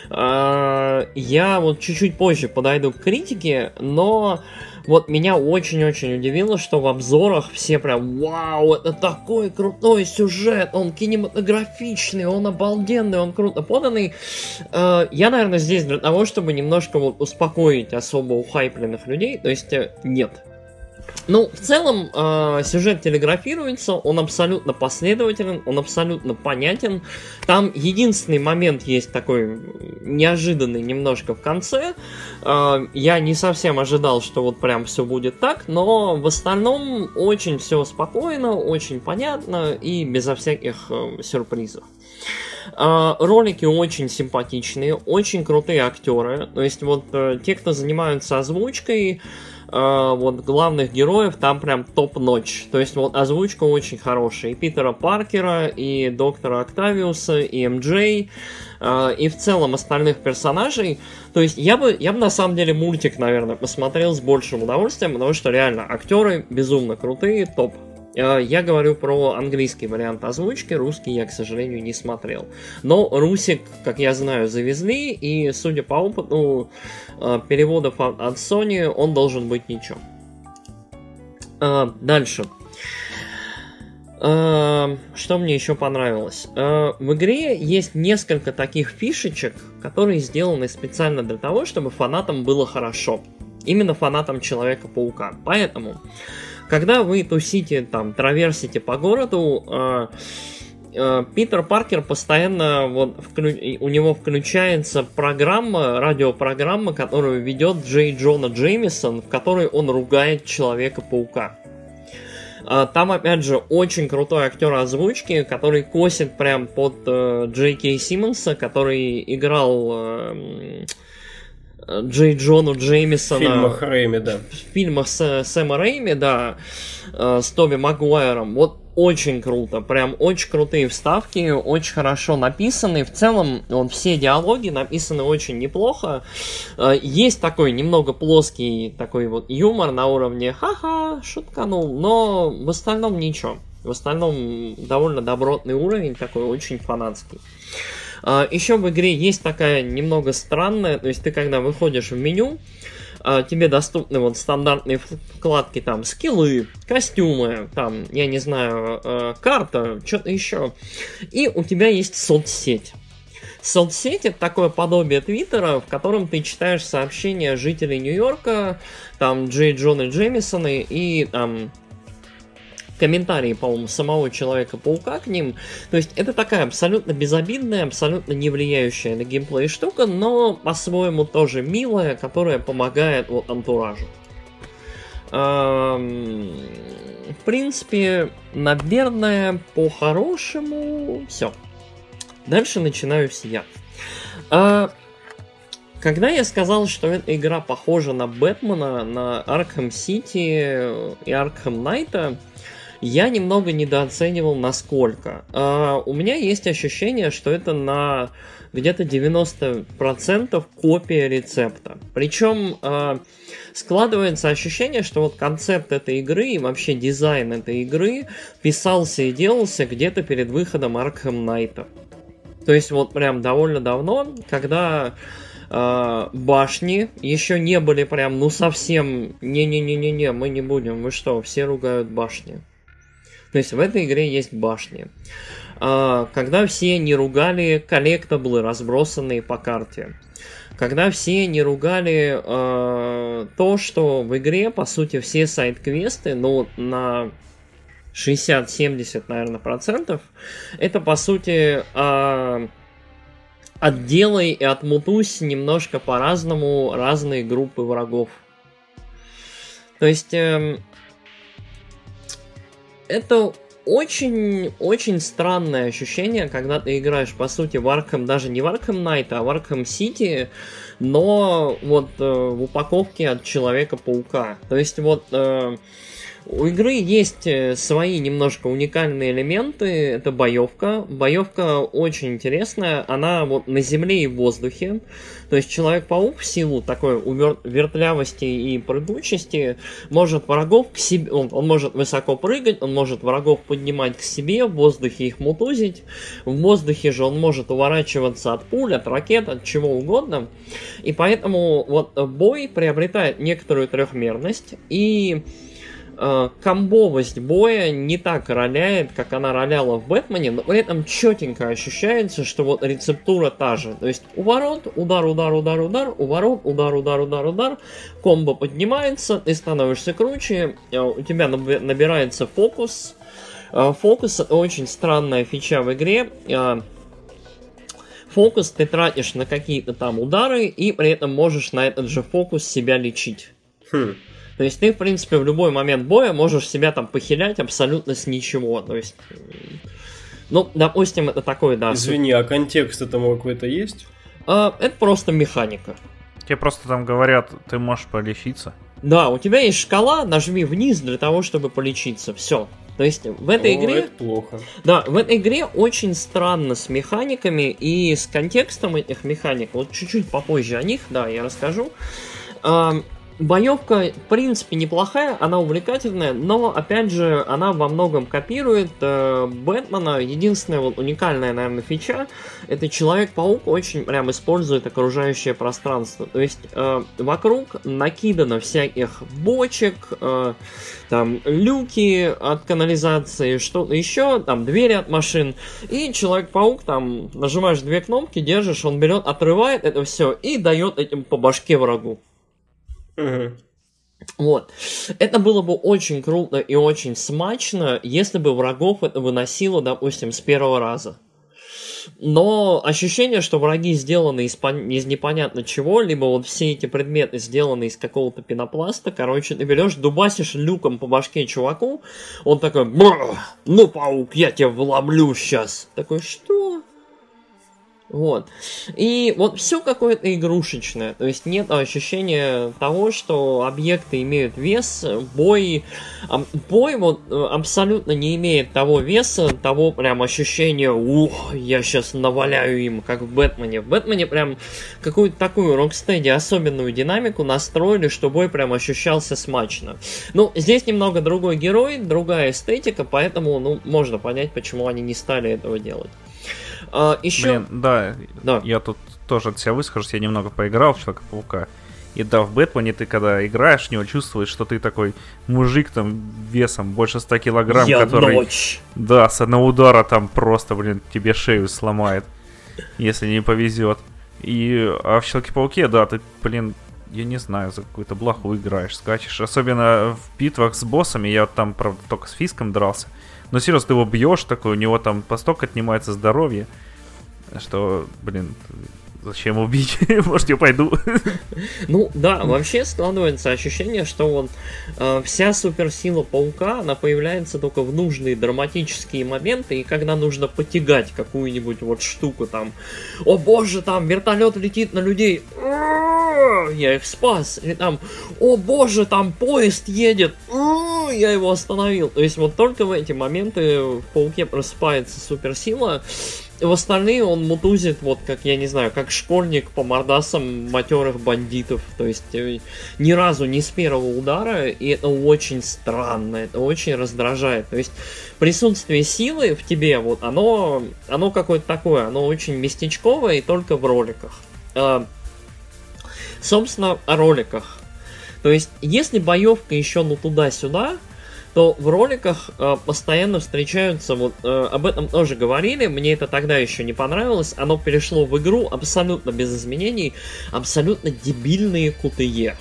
[SPEAKER 3] Я вот чуть-чуть позже подойду к критике, но вот меня очень-очень удивило, что в обзорах все прям вау, это такой крутой сюжет, он кинематографичный, он обалденный, он круто поданный. Я, наверное, здесь для того, чтобы немножко вот успокоить особо ухайпленных людей, то есть нет. Ну, в целом, сюжет телеграфируется, он абсолютно последователен, он абсолютно понятен. Там единственный момент есть такой неожиданный немножко в конце. Я не совсем ожидал, что вот прям все будет так, но в остальном очень все спокойно, очень понятно и безо всяких сюрпризов. Ролики очень симпатичные, очень крутые актеры. То есть вот те, кто занимаются озвучкой, вот главных героев, там прям топ-нотч. То есть вот озвучка очень хорошая. И Питера Паркера, и доктора Октавиуса, и МД, и в целом остальных персонажей. То есть я бы на самом деле мультик, наверное, посмотрел с большим удовольствием, потому что реально актеры безумно крутые, топ. Я говорю про английский вариант озвучки, русский я, к сожалению, не смотрел. Но русик, как я знаю, завезли, и, судя по опыту переводов от Sony, он должен быть ничего. Дальше. Что мне еще понравилось? В игре есть несколько таких фишечек, которые сделаны специально для того, чтобы фанатам было хорошо. Именно фанатам Человека-паука. Поэтому, когда вы тусите, там, траверсите по городу, Питер Паркер постоянно, вот, у него включается программа, радиопрограмма, которую ведет Джей Джона Джеймисон, в которой он ругает Человека-паука. Там, опять же, очень крутой актер озвучки, который косит прям под Джей Кей Симмонса, который играл Джей Джону Джеймисона
[SPEAKER 1] в фильмах Рэйми, да.
[SPEAKER 3] В фильмах Сэма Рэйми, да, с Тоби Магуайром. Вот очень круто, прям очень крутые вставки, очень хорошо написаны. В целом, все диалоги написаны очень неплохо. Есть такой немного плоский такой вот юмор на уровне ха-ха, шутканул, но в остальном ничего. В остальном довольно добротный уровень, такой очень фанатский. Еще в игре есть такая немного странная, то есть ты когда выходишь в меню, тебе доступны вот стандартные вкладки, там, скиллы, костюмы, там, я не знаю, карта, что-то еще. И у тебя есть соцсеть. Соцсеть — это такое подобие Твиттера, в котором ты читаешь сообщения жителей Нью-Йорка, там, Джей Джона Джеймисона и там комментарии, по-моему, самого Человека-паука к ним. То есть это такая абсолютно безобидная, абсолютно не влияющая на геймплей штука, но по-своему тоже милая, которая помогает вот антуражу. В принципе, наверное, по-хорошему все. Дальше начинаюсь я. Когда я сказал, что эта игра похожа на Бэтмена, на Аркхэм Сити и Аркхэм Найта, я немного недооценивал, насколько. У меня есть ощущение, что это на где-то 90% копия рецепта. Причем складывается ощущение, что вот концепт этой игры и вообще дизайн этой игры писался и делался где-то перед выходом Аркхэм Найта. То есть вот прям довольно давно, когда башни еще не были прям, ну совсем, не-не-не-не-не, мы не будем, вы что, все ругают башни. То есть в этой игре есть башни. Когда все не ругали коллектаблы, разбросанные по карте. Когда все не ругали то, что в игре, по сути, все сайд-квесты, ну, на 60-70, наверное, процентов, это, по сути, отделай и отмутусь немножко по-разному разные группы врагов. То есть это очень-очень странное ощущение, когда ты играешь, по сути, в Аркхэм, даже не в Аркхэм Найт, а в Аркхэм Сити, но вот в упаковке от Человека-паука. То есть вот у игры есть свои немножко уникальные элементы. Это боевка. Боевка очень интересная. Она вот на земле и в воздухе. То есть Человек-паук в силу такой вертлявости и прыгучести может врагов к себе... Он может высоко прыгать, он может врагов поднимать к себе, в воздухе их мутузить. В воздухе же он может уворачиваться от пуль, от ракет, от чего угодно. И поэтому вот бой приобретает некоторую трехмерность. И комбовость боя не так роляет, как она роляла в Бэтмене, но при этом четенько ощущается, что вот рецептура та же. То есть уворот, удар, удар, удар, удар, уворот, удар, удар, удар, удар, комбо поднимается, ты становишься круче, у тебя набирается фокус. Фокус — это очень странная фича в игре. Фокус ты тратишь на какие-то там удары, и при этом можешь на этот же фокус себя лечить. То есть ты, в принципе, в любой момент боя можешь себя там похилять абсолютно с ничего. То есть, ну, допустим, это такой, да.
[SPEAKER 1] Извини, а контекст этому какой-то есть?
[SPEAKER 3] Это просто механика.
[SPEAKER 2] Тебе просто там говорят, ты можешь полечиться.
[SPEAKER 3] Да, у тебя есть шкала, нажми вниз для того, чтобы полечиться. Все. То есть в этой игре...
[SPEAKER 1] Это плохо.
[SPEAKER 3] Да, в этой игре очень странно с механиками и с контекстом этих механик. Вот чуть-чуть попозже о них, да, я расскажу. Боевка, в принципе, неплохая, она увлекательная, но, опять же, она во многом копирует Бэтмена. Единственная вот уникальная, наверное, фича — это Человек-паук очень прям использует окружающее пространство. То есть вокруг накидано всяких бочек, там люки от канализации, что-то еще, там двери от машин. И Человек-паук, там нажимаешь две кнопки, держишь, он берет, отрывает это все и дает этим по башке врагу. Вот. Это было бы очень круто и очень смачно, если бы врагов это выносило, допустим, с первого раза. Но ощущение, что враги сделаны из непонятно чего, либо вот все эти предметы сделаны из какого-то пенопласта, короче, ты берешь, дубасишь люком по башке чуваку, он такой: ну, паук, я тебя вломлю сейчас. Такой: что? Вот. И вот все какое-то игрушечное. То есть нет ощущения того, что объекты имеют вес. Бой вот абсолютно не имеет того веса, того прям ощущения: я сейчас наваляю им, как в Бэтмене. В Бэтмене прям какую-то такую Rocksteady особенную динамику настроили, что бой прям ощущался смачно. Ну, здесь немного другой герой, другая эстетика, поэтому, ну, можно понять, почему они не стали этого делать. Еще...
[SPEAKER 2] Блин, да, я тут тоже от себя выскажусь, я немного поиграл в Человека-паука. И да, в Бэтмене ты, когда играешь в него, чувствуешь, что ты такой мужик там весом больше 100 килограмм, который...
[SPEAKER 3] Ночь.
[SPEAKER 2] Да, с одного удара там просто, блин, тебе шею сломает, если не повезет. А в Человеке-пауке, да, ты, блин, я не знаю, за какую-то блоху играешь, скачешь. Особенно в битвах с боссами, я там, правда, только с Фиском дрался. Но серьезно, ты его бьешь такой, у него там постолько отнимается здоровье, что, блин, зачем убить? Может, я пойду?
[SPEAKER 3] Ну, да, вообще складывается ощущение, что вот вся суперсила паука, она появляется только в нужные драматические моменты, и когда нужно потягать какую-нибудь вот штуку там: о боже, там вертолет летит на людей, я их спас. Или там: о боже, там поезд едет, я его остановил. То есть вот только в эти моменты в пауке просыпается суперсила. В остальные он мутузит, вот как, я не знаю, как школьник по мордасам матерых бандитов. То есть ни разу не с первого удара, и это очень странно, это очень раздражает. То есть присутствие силы в тебе, вот оно какое-то такое, оно очень местечковое и только в роликах. Собственно, о роликах. То есть, если боевка еще ну туда-сюда, то в роликах постоянно встречаются, вот об этом тоже говорили, мне это тогда еще не понравилось, оно перешло в игру абсолютно без изменений, абсолютно дебильные QTE.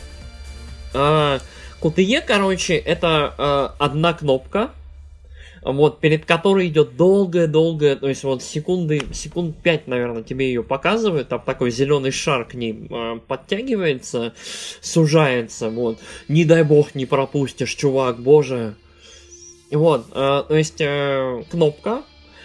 [SPEAKER 3] QTE, короче, это одна кнопка, вот, перед которой идет долгая-долгая, то есть вот секунд 5, наверное, тебе ее показывают, там такой зеленый шар к ней подтягивается, сужается, вот, не дай бог не пропустишь, чувак, боже. Вот, то есть кнопка,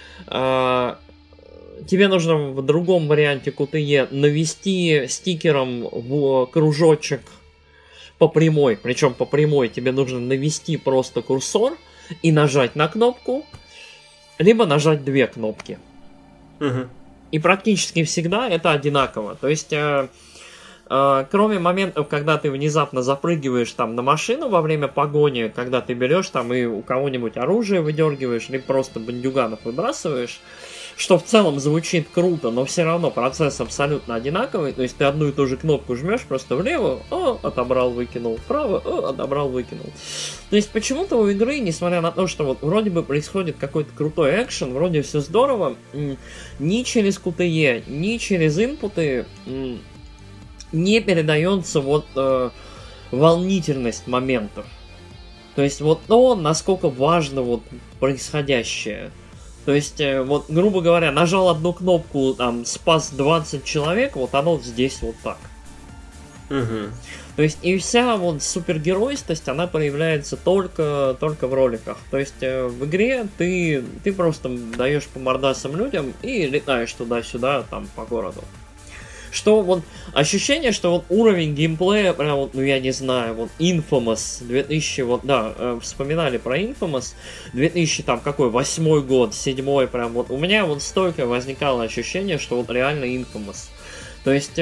[SPEAKER 3] тебе нужно в другом варианте QTE навести стикером в кружочек по прямой, причем по прямой тебе нужно навести просто курсор и нажать на кнопку, либо нажать две кнопки. И практически всегда это одинаково. То есть, кроме моментов, когда ты внезапно запрыгиваешь там на машину во время погони, когда ты берешь там и у кого-нибудь оружие выдергиваешь, или просто бандюганов выбрасываешь, что в целом звучит круто, но все равно процесс абсолютно одинаковый. То есть ты одну и ту же кнопку жмешь просто влево, отобрал, выкинул, вправо, отобрал, выкинул. То есть почему-то у игры, несмотря на то, что вот вроде бы происходит какой-то крутой экшен, вроде все здорово, ни через QTE, ни через инпуты не передается вот волнительность моментов. То есть вот то, насколько важно вот происходящее. То есть, вот, грубо говоря, нажал одну кнопку, там, спас 20 человек, вот оно здесь вот так.
[SPEAKER 1] Угу.
[SPEAKER 3] То есть, и вся вот супергеройстость, она проявляется только в роликах. То есть, в игре ты просто даешь по мордасам людям и летаешь туда-сюда, там, по городу. Что вот ощущение, что вот уровень геймплея прям вот, ну я не знаю, вот Infamous 2000, вот да, вспоминали про Infamous 2000, там какой, 8-й год, 7-й, прям вот у меня вот стойко возникало ощущение, что вот реально Infamous. То есть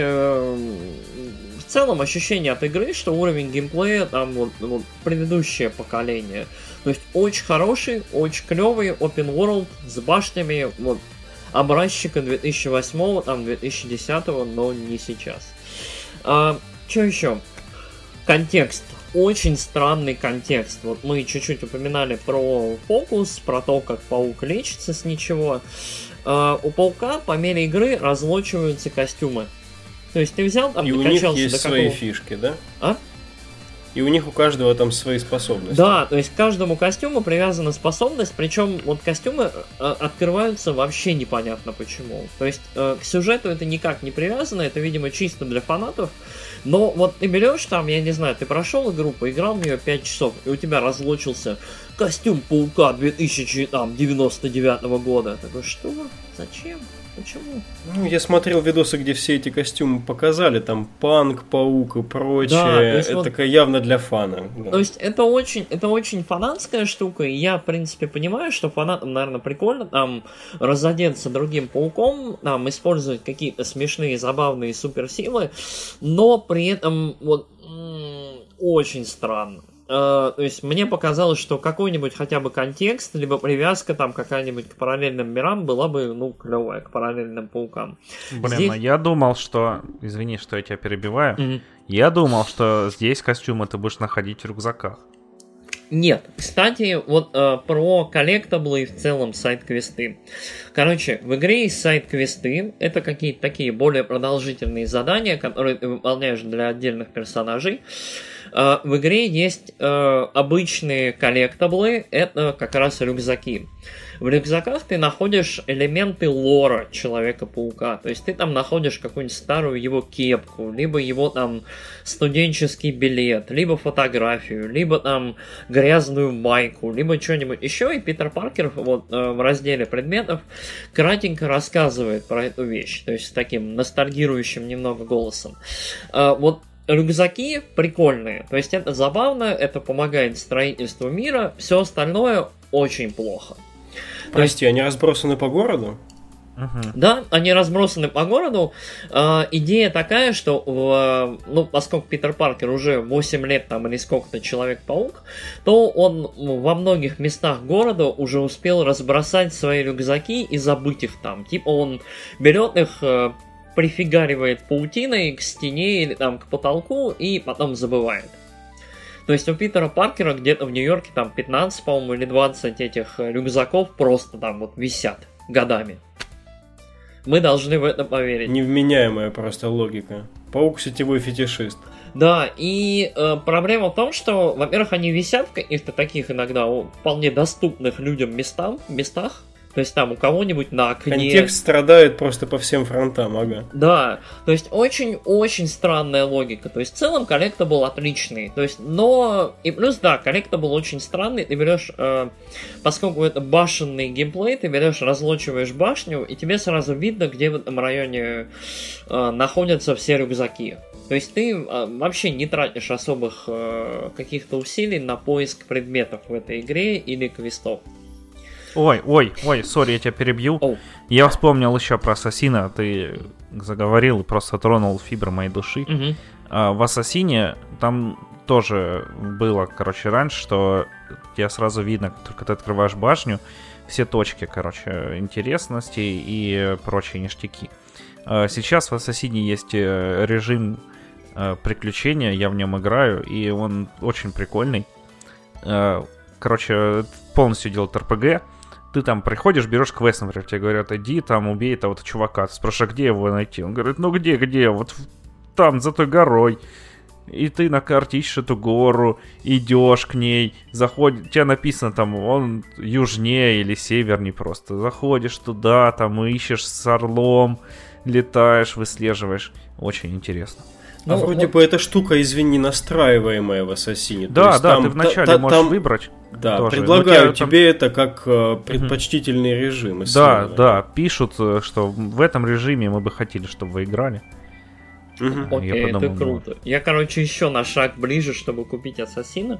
[SPEAKER 3] в целом ощущение от игры, что уровень геймплея там вот предыдущее поколение. То есть очень хороший, очень клевый open world с башнями, вот. Образчика 2008, там, 2010, но не сейчас. Что еще? Контекст. Очень странный контекст. Вот мы чуть-чуть упоминали про фокус, про то, как паук лечится с ничего. У паука по мере игры разлочиваются костюмы. То есть ты взял там,
[SPEAKER 1] и у них есть свои фишки, да?
[SPEAKER 3] А?
[SPEAKER 1] И у них у каждого там свои способности.
[SPEAKER 3] Да, то есть к каждому костюму привязана способность, причем вот костюмы открываются вообще непонятно почему. То есть к сюжету это никак не привязано, это, видимо, чисто для фанатов. Но вот ты берешь там, я не знаю, ты прошел игру, поиграл в нее 5 часов, и у тебя разлочился костюм паука 2099 года. Такой, что? Зачем? Почему?
[SPEAKER 1] Ну, я смотрел видосы, где все эти костюмы показали, там панк, паук и прочее. Да, это вот, такая явно для фана. Да.
[SPEAKER 3] То есть это очень фанатская штука, и я, в принципе, понимаю, что фанатам, наверное, прикольно там разодеться другим пауком, там использовать какие-то смешные, забавные суперсилы, но при этом вот очень странно. То есть мне показалось, что какой-нибудь хотя бы контекст, либо привязка там какая-нибудь к параллельным мирам была бы, ну, клевая, к параллельным паукам.
[SPEAKER 2] Блин, здесь... я думал, что... Извини, что я тебя перебиваю. Я думал, что здесь костюмы ты будешь находить в рюкзаках.
[SPEAKER 3] Нет. Кстати, вот про коллектаблы и в целом сайд-квесты. Короче, в игре есть сайд-квесты. Это какие-то такие более продолжительные задания, которые ты выполняешь для отдельных персонажей. В игре есть обычные коллектаблы, это как раз рюкзаки. В рюкзаках ты находишь элементы лора Человека-паука. То есть ты там находишь какую-нибудь старую его кепку, либо его там студенческий билет, либо фотографию, либо там грязную майку, либо что-нибудь еще. И Питер Паркер вот в разделе предметов кратенько рассказывает про эту вещь. То есть с таким ностальгирующим немного голосом. Вот рюкзаки прикольные, то есть это забавно, это помогает строительству мира, все остальное очень плохо.
[SPEAKER 1] Прости, они разбросаны по городу?
[SPEAKER 3] Да, они разбросаны по городу. Идея такая, что поскольку Питер Паркер уже 8 лет там или сколько-то Человек-паук, то он во многих местах города уже успел разбросать свои рюкзаки и забыть их там. Типа он берет их, прифигаривает паутиной к стене или там к потолку и потом забывает. То есть у Питера Паркера где-то в Нью-Йорке там 15, по-моему, или 20 этих рюкзаков просто там вот висят годами. Мы должны в это поверить.
[SPEAKER 1] Невменяемая просто логика. Паук сетевой фетишист.
[SPEAKER 3] Да, и проблема в том, что, во-первых, они висят в каких-то таких иногда вполне доступных людям местах. То есть там у кого-нибудь на окне...
[SPEAKER 1] Контекст страдает просто по всем фронтам, ага.
[SPEAKER 3] Да, то есть очень-очень странная логика. То есть в целом коллектабл отличный. То есть, но... И плюс, да, коллектабл очень странный. Ты берешь... поскольку это башенный геймплей, ты берешь, разлочиваешь башню, и тебе сразу видно, где в этом районе находятся все рюкзаки. То есть ты вообще не тратишь особых каких-то усилий на поиск предметов в этой игре или квестов.
[SPEAKER 2] Ой, сори, я тебя перебью. Я вспомнил еще про Ассасина, ты заговорил и просто тронул фибр моей души. В Ассасине там тоже было, раньше, что тебе сразу видно, только ты открываешь башню, все точки, короче, интересностей и прочие ништяки. Сейчас в Ассасине есть режим приключения, я в нем играю, и он очень прикольный. Короче, полностью делает РПГ. Ты там приходишь, берешь квест, например, тебе говорят, иди там, убей этого чувака. Ты спрашиваешь, а где его найти? Он говорит, ну где? Вот там, за той горой. И ты на карте ищешь эту гору, идешь к ней, заходишь, у тебя написано там, он южнее или севернее просто. Заходишь туда, там ищешь с орлом, летаешь, выслеживаешь. Очень интересно.
[SPEAKER 1] Ну, вроде бы эта штука, извини, настраиваемая в Ассасине.
[SPEAKER 2] Да, ты вначале можешь выбрать.
[SPEAKER 1] Да,
[SPEAKER 2] тоже.
[SPEAKER 1] предлагаю тебе это как предпочтительный режим.
[SPEAKER 2] Да, пишут, что в этом режиме мы бы хотели, чтобы вы играли.
[SPEAKER 3] Окей, это круто. Я, еще на шаг ближе, чтобы купить Ассасина.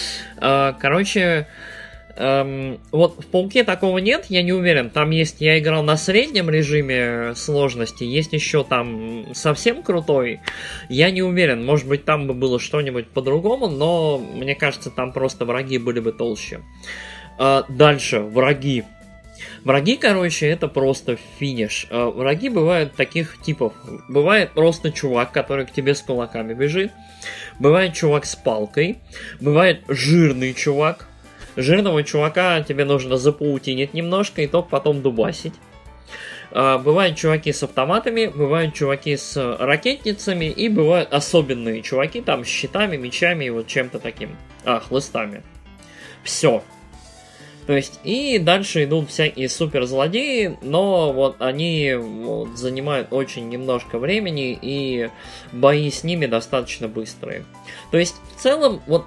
[SPEAKER 3] Вот в Пауке такого нет, я не уверен. Там есть, я играл на среднем режиме сложности, есть еще там совсем крутой. Я не уверен, может быть там бы было что-нибудь по-другому, но мне кажется, там просто враги были бы толще. Дальше, враги. Враги, это просто финиш. Враги бывают таких типов. Бывает просто чувак, который к тебе с кулаками бежит. Бывает чувак с палкой. Бывает жирный чувак. Жирного чувака тебе нужно запаутинить немножко и только потом дубасить. Бывают чуваки с автоматами, бывают чуваки с ракетницами и бывают особенные чуваки там с щитами, мечами и вот чем-то таким. Хлыстами. Все. То есть, и дальше идут всякие суперзлодеи, но вот они занимают очень немножко времени, и бои с ними достаточно быстрые. То есть, в целом, вот,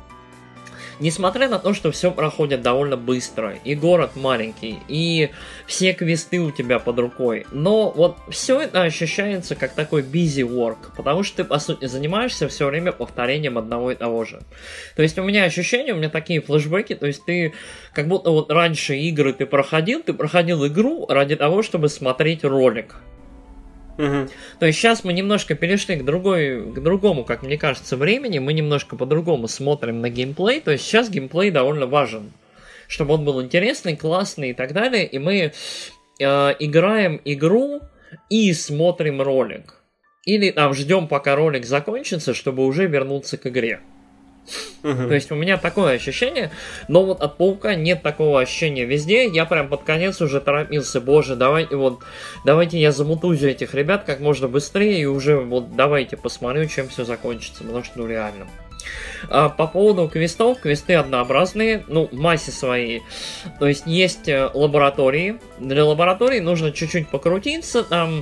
[SPEAKER 3] несмотря на то, что все проходит довольно быстро, и город маленький, и все квесты у тебя под рукой, но вот все это ощущается как такой busy work, потому что ты, по сути, занимаешься все время повторением одного и того же. То есть у меня ощущения, у меня такие флешбеки, то есть ты, как будто вот раньше игры ты проходил игру ради того, чтобы смотреть ролик. То есть сейчас мы немножко перешли к другому, как мне кажется, времени, мы немножко по-другому смотрим на геймплей, то есть сейчас геймплей довольно важен, чтобы он был интересный, классный и так далее, и мы играем игру и смотрим ролик. Или там ждем, пока ролик закончится, чтобы уже вернуться к игре. То есть у меня такое ощущение, но вот от Паука нет такого ощущения везде. Я прям под конец уже торопился, боже, давайте я замутузю этих ребят как можно быстрее и уже вот давайте посмотрю, чем все закончится, потому что реально. По поводу квестов, квесты однообразные, в массе своей. То есть есть лаборатории. Для лаборатории нужно чуть-чуть покрутиться, там...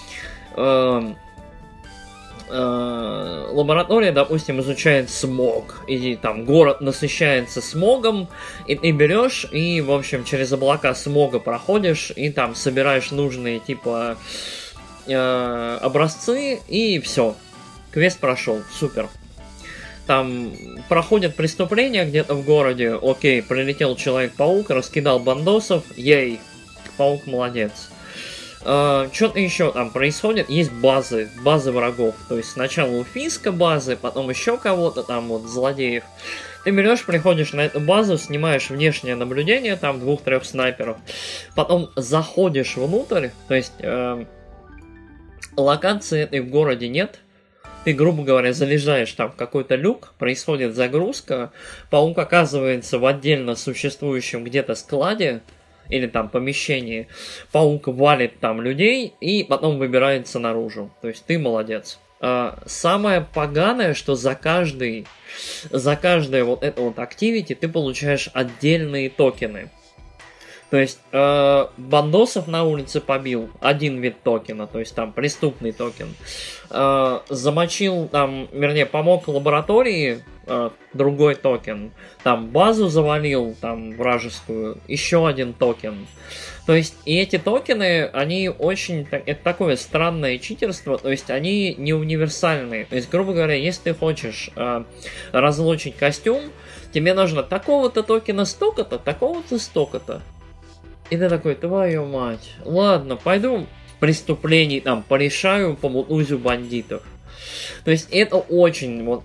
[SPEAKER 3] лаборатория, допустим, изучает смог, и там город насыщается смогом, и ты берешь и, в общем, через облака смога проходишь, и там собираешь нужные, типа, образцы, и все. Квест прошел, супер. Там проходят преступления где-то в городе, окей, прилетел Человек-паук, раскидал бандосов, ей, паук молодец. Что-то еще там происходит, есть базы врагов, то есть сначала у Фиска базы, потом еще кого-то там вот злодеев. Ты берешь, приходишь на эту базу, снимаешь внешнее наблюдение, там 2-3 снайперов, потом заходишь внутрь, то есть локации этой в городе нет. Ты, грубо говоря, залезаешь там в какой-то люк, происходит загрузка, паук оказывается в отдельно существующем где-то складе, или там помещении, паук валит там людей и потом выбирается наружу. То есть ты молодец. Самое поганое, что за каждое вот это вот активити ты получаешь отдельные токены. То есть бандосов на улице побил, один вид токена, то есть там преступный токен. Замочил там, вернее, помог лаборатории, другой токен. Там базу завалил, там вражескую, еще один токен. То есть и эти токены, они очень, это такое странное читерство, то есть они не универсальные. То есть, грубо говоря, если ты хочешь разлочить костюм, тебе нужно такого-то токена столько-то, такого-то столько-то. И ты такой, твою мать, ладно, пойду преступлений там порешаю, помутузю бандитов. То есть это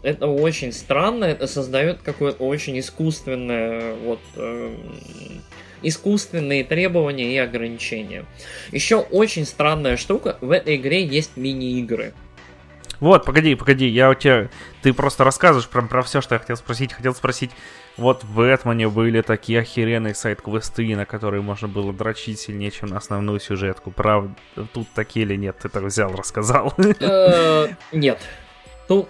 [SPEAKER 3] очень странно, это создает какое-то очень искусственное искусственные требования и ограничения. Еще очень странная штука, в этой игре есть мини-игры.
[SPEAKER 2] Вот, погоди, ты просто рассказываешь прям про все, что я хотел спросить. Хотел спросить, вот в Бэтмене были такие охеренные сайт-квесты, на которые можно было дрочить сильнее, чем на основную сюжетку. Правда, тут такие или нет? Ты так взял, рассказал?
[SPEAKER 3] Нет. Тут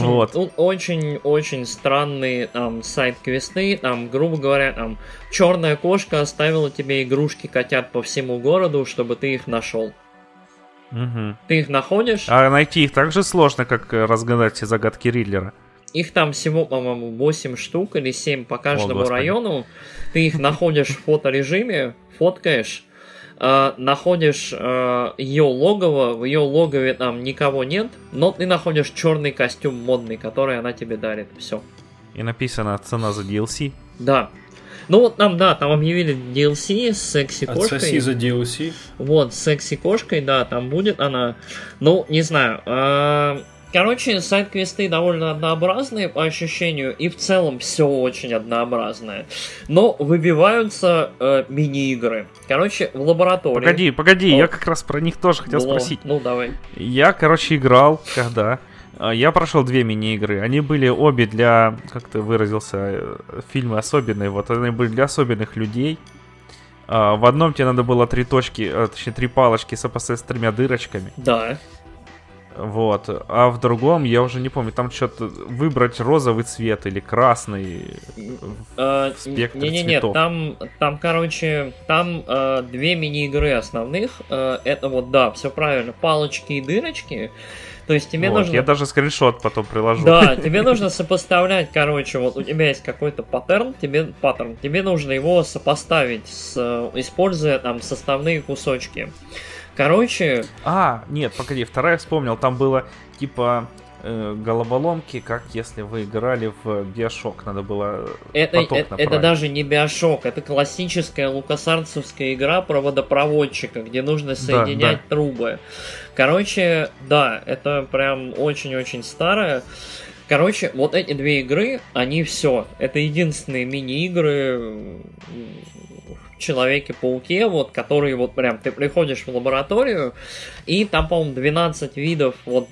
[SPEAKER 3] очень странные там сайт-квесты, там, грубо говоря, там, черная кошка оставила тебе игрушки котят по всему городу, чтобы ты их нашел.
[SPEAKER 2] Угу.
[SPEAKER 3] Ты их находишь.
[SPEAKER 2] А найти их так же сложно, как разгадать все загадки Риллера.
[SPEAKER 3] Их там всего, по-моему, 8 штук или 7 по каждому району. Ты их находишь в фоторежиме, фоткаешь, находишь ее логово, в ее логове там никого нет, но ты находишь черный костюм модный, который она тебе дарит. Все.
[SPEAKER 2] И написано цена за DLC.
[SPEAKER 3] Да. Ну вот там объявили DLC с секси-кошкой.
[SPEAKER 1] Отсоси за DLC.
[SPEAKER 3] Вот, с секси-кошкой, да, там будет она. Ну, не знаю. Короче, сайт-квесты довольно однообразные по ощущению, и в целом все очень однообразное. Но выбиваются мини-игры. Короче, в лаборатории...
[SPEAKER 2] Погоди, я как раз про них тоже хотел спросить.
[SPEAKER 3] Ну, давай.
[SPEAKER 2] Я, играл, когда... Я прошел 2 мини-игры. Они были обе для, как ты выразился, фильмы особенные. Вот они были для особенных людей. В одном тебе надо было 3 точки, точнее 3 палочки сопоставить с 3 дырочками.
[SPEAKER 3] Да.
[SPEAKER 2] Вот. А в другом, я уже не помню, там что-то выбрать розовый цвет или красный спектр цветов.
[SPEAKER 3] Там, короче, 2 мини-игры основных. Это вот, да, все правильно, палочки и дырочки. То есть тебе нужно...
[SPEAKER 2] Я даже скриншот потом приложу.
[SPEAKER 3] Да, тебе нужно сопоставлять, короче, вот у тебя есть какой-то паттерн, тебе нужно его сопоставить, используя там составные кусочки. Короче...
[SPEAKER 2] Нет, погоди, вторая вспомнил, там было типа головоломки, как если вы играли в Биошок, надо было поток направить.
[SPEAKER 3] Это даже не Биошок, это классическая лукасарцевская игра про водопроводчика, где нужно соединять трубы. Короче, да, это прям очень-очень старое. Короче, вот эти 2 игры, они все. Это единственные мини-игры в Человеке-пауке, вот, которые вот прям ты приходишь в лабораторию, и там, по-моему, 12 видов, вот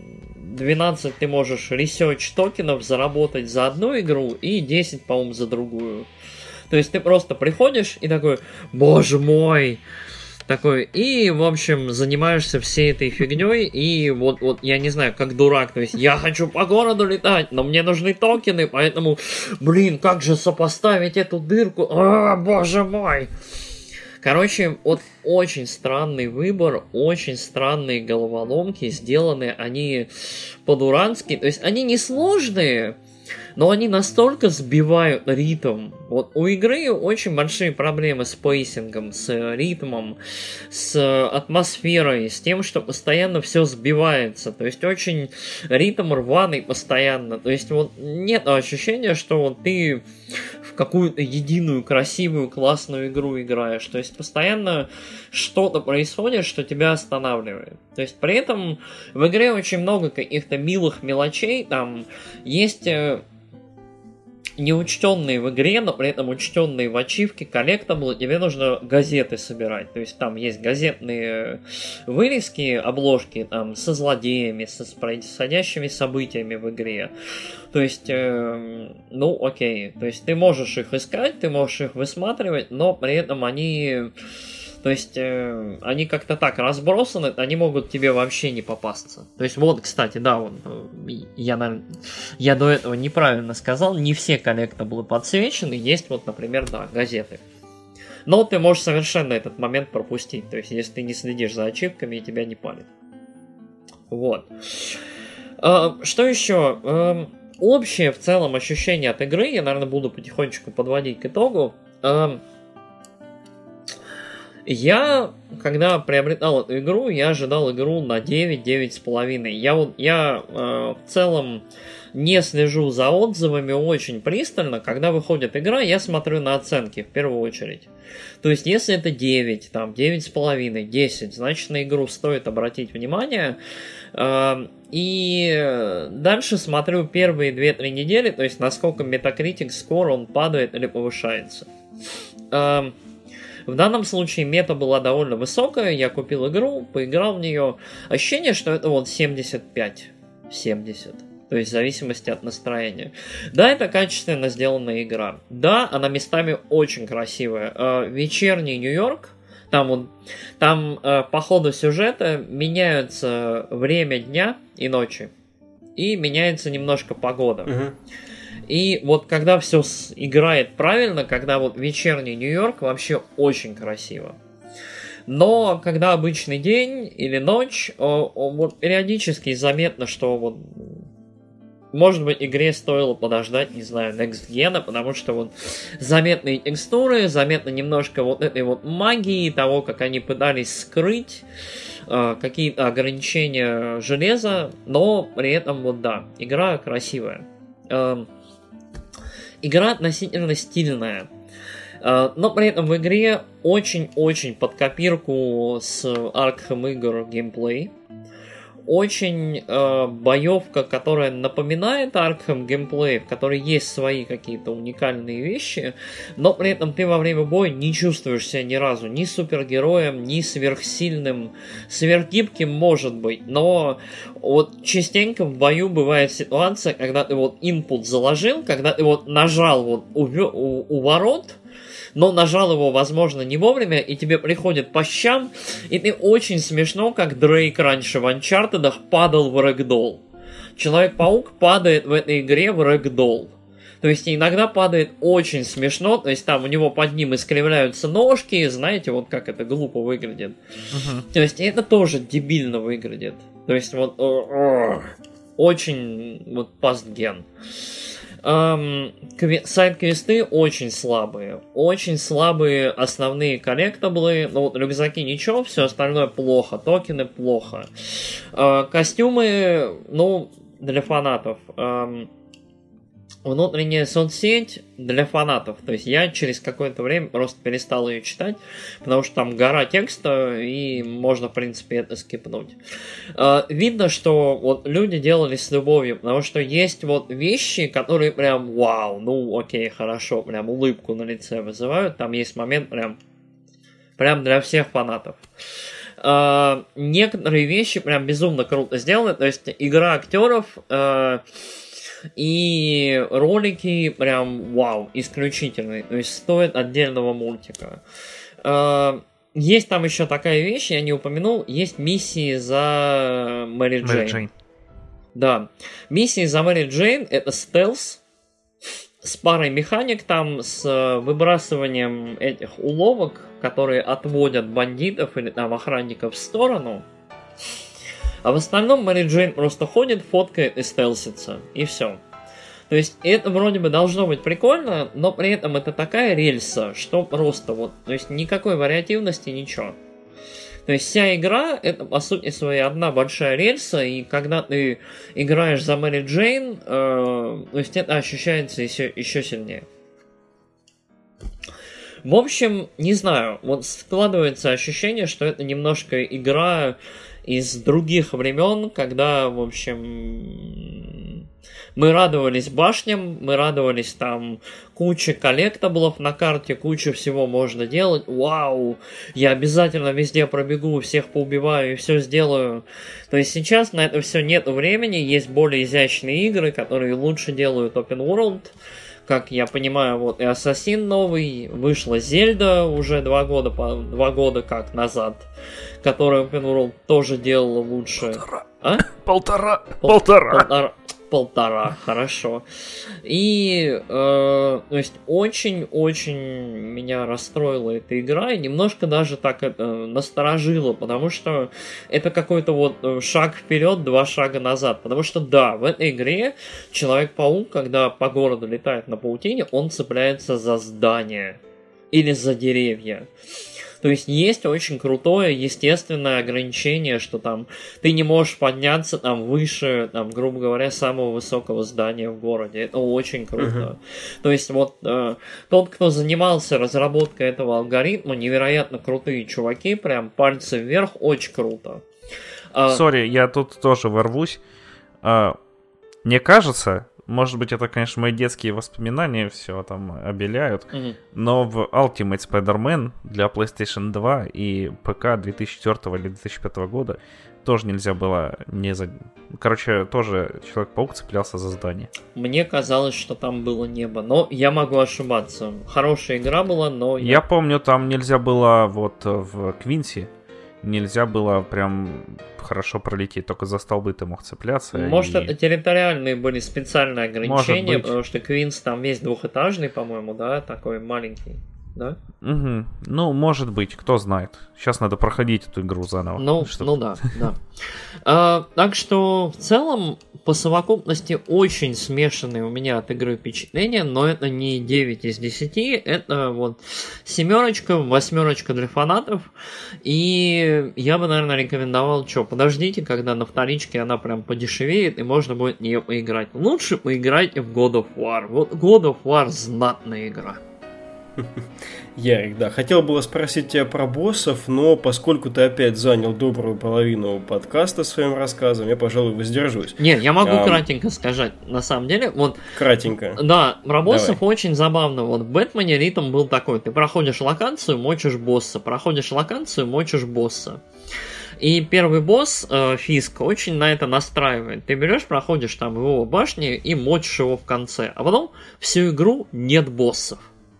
[SPEAKER 3] 12 ты можешь research токенов заработать за одну игру и 10, по-моему, за другую. То есть ты просто приходишь и такой, боже мой, такой, и, в общем, занимаешься всей этой фигней, и вот я не знаю, как дурак, то есть я хочу по городу летать, но мне нужны токены, поэтому, как же сопоставить эту дырку, боже мой. Короче, вот очень странный выбор, очень странные головоломки, сделаны они по-дурацки, то есть они не сложные, но они настолько сбивают ритм. Вот у игры очень большие проблемы с пейсингом, с ритмом, с атмосферой, с тем, что постоянно все сбивается. То есть очень ритм рваный постоянно. То есть вот нет ощущения, что вот ты в какую-то единую, красивую, классную игру играешь. То есть постоянно что-то происходит, что тебя останавливает. То есть при этом в игре очень много каких-то милых мелочей. Там есть неучтенные в игре, но при этом учтенные в ачивке коллектаблы, тебе нужно газеты собирать. То есть там есть газетные вырезки, обложки там со злодеями, со происходящими событиями в игре. То есть, окей. То есть ты можешь их искать, ты можешь их высматривать, но при этом они... То есть, они как-то так разбросаны, они могут тебе вообще не попасться. То есть, вот, кстати, да, я до этого неправильно сказал, не все коллектаблы подсвечены, есть вот, например, да, газеты. Но ты можешь совершенно этот момент пропустить, то есть, если ты не следишь за ачивками и тебя не палит. Вот. Что еще? Общее в целом ощущение от игры, я, наверное, буду потихонечку подводить к итогу. Я, когда приобретал эту игру, я ожидал игру на 9-9,5. Я в целом не слежу за отзывами очень пристально. Когда выходит игра, я смотрю на оценки в первую очередь. То есть, если это 9, там, 9,5, 10, значит, на игру стоит обратить внимание. И дальше смотрю первые 2-3 недели, то есть, насколько Metacritic скоро он падает или повышается. В данном случае мета была довольно высокая, я купил игру, поиграл в нее. Ощущение, что это вот 75-70. То есть в зависимости от настроения. Да, это качественно сделанная игра. Да, она местами очень красивая. Вечерний Нью-Йорк, там по ходу сюжета меняется время дня и ночи. И меняется немножко погода. И вот когда все играет правильно, когда вот вечерний Нью-Йорк, вообще очень красиво. Но когда обычный день или ночь, вот периодически заметно, что вот может быть игре стоило подождать, не знаю, Next Gen, потому что вот заметные текстуры, заметно немножко вот этой вот магии, того, как они пытались скрыть какие-то ограничения железа, но при этом вот да, игра красивая. Игра относительно стильная, но при этом в игре очень-очень под копирку с Arkham игр геймплей. Очень боевка, которая напоминает Arkham геймплей, в которой есть свои какие-то уникальные вещи, но при этом ты во время боя не чувствуешь себя ни разу ни супергероем, ни сверхсильным, сверхгибким может быть, но вот частенько в бою бывает ситуация, когда ты вот инпут заложил, когда ты вот нажал вот у ворот, но нажал его, возможно, не вовремя, и тебе приходит по щам, и ты очень смешно, как Дрейк раньше в Uncharted падал в рэгдолл. Человек-паук падает в этой игре в рэгдолл. То есть иногда падает очень смешно, то есть там у него под ним искривляются ножки, знаете, вот как это глупо выглядит. То есть это тоже дебильно выглядит. То есть вот очень вот пастген. Сайд-квесты очень слабые основные коллектаблы, ну вот рюкзаки ничего, все остальное плохо, токены плохо. Костюмы, ну, для фанатов. Внутренняя соцсеть для фанатов. То есть я через какое-то время просто перестал ее читать, потому что там гора текста, и можно, в принципе, это скипнуть. Видно, что вот люди делали с любовью, потому что есть вот вещи, которые прям вау, ну окей, хорошо, прям улыбку на лице вызывают. Там есть момент прям для всех фанатов. Некоторые вещи прям безумно круто сделаны. То есть игра актеров... И ролики прям вау, исключительные. То есть стоит отдельного мультика. Есть там еще такая вещь, я не упомянул. Есть миссии за Мэри Джейн. Да. Миссии за Мэри Джейн — это стелс с парой механик там, с выбрасыванием этих уловок, которые отводят бандитов или там охранников в сторону. А в остальном Мэри Джейн просто ходит, фоткает и стелсится. И все. То есть это вроде бы должно быть прикольно, но при этом это такая рельса, что просто вот... То есть никакой вариативности, ничего. То есть вся игра, это по сути своей одна большая рельса, и когда ты играешь за Мэри Джейн, то есть это ощущается еще сильнее. В общем, не знаю, вот складывается ощущение, что это немножко игра из других времен, когда, в общем, мы радовались башням, мы радовались там куче коллектаблов на карте, кучу всего можно делать. Вау, я обязательно везде пробегу, всех поубиваю и все сделаю. То есть сейчас на это все нет времени, есть более изящные игры, которые лучше делают Open World. Как я понимаю, вот и Ассасин новый, вышла Зельда уже 2 года как назад, которая Open World тоже делала лучше. Полтора, хорошо. И, то есть, очень-очень меня расстроила эта игра, и немножко даже так это насторожила, потому что это какой-то вот шаг вперед, 2 шага назад. Потому что, да, в этой игре Человек-паук, когда по городу летает на паутине, он цепляется за здания или за деревья. То есть есть очень крутое естественное ограничение, что там ты не можешь подняться там выше, там, грубо говоря, самого высокого здания в городе. Это очень круто. То есть вот тот, кто занимался разработкой этого алгоритма, невероятно крутые чуваки, прям пальцы вверх, очень круто.
[SPEAKER 2] Сори, я тут тоже ворвусь. Мне кажется, может быть, это, конечно, мои детские воспоминания все там обеляют, но в Ultimate Spider-Man для PlayStation 2 и ПК 2004 или 2005 года тоже нельзя было Короче, тоже Человек-паук цеплялся за здание.
[SPEAKER 3] Мне казалось, что там было небо, но я могу ошибаться. Хорошая игра была, но...
[SPEAKER 2] Я помню, там нельзя было вот в Квинси, нельзя было прям хорошо пролететь, только за столбы ты мог цепляться.
[SPEAKER 3] Может, это территориальные были специальные ограничения, потому что Квинс там весь двухэтажный, по-моему, да, такой маленький. Да?
[SPEAKER 2] Угу. Ну, может быть, кто знает. Сейчас надо проходить эту игру заново.
[SPEAKER 3] Ну да. Так что, в целом, по совокупности очень смешанные у меня от игры впечатления, но это не 9 из 10, это вот 7, 8 для фанатов. И я бы, наверное, рекомендовал, подождите, когда на вторичке она прям подешевеет, и можно будет в нее поиграть. Лучше поиграть в God of War. Вот God of War знатная игра.
[SPEAKER 1] Ярик, да, хотел было спросить тебя про боссов, но поскольку ты опять занял добрую половину подкаста своим рассказом, я, пожалуй, воздержусь.
[SPEAKER 3] Не, я могу кратенько сказать, на самом деле, вот...
[SPEAKER 1] Кратенько.
[SPEAKER 3] Да, про боссов очень забавно, вот в Бэтмене ритм был такой, ты проходишь локацию, мочишь босса, проходишь локацию, мочишь босса. И первый босс, Фиск, очень на это настраивает. Ты берешь, проходишь там его башни и мочишь его в конце, а потом всю игру нет боссов.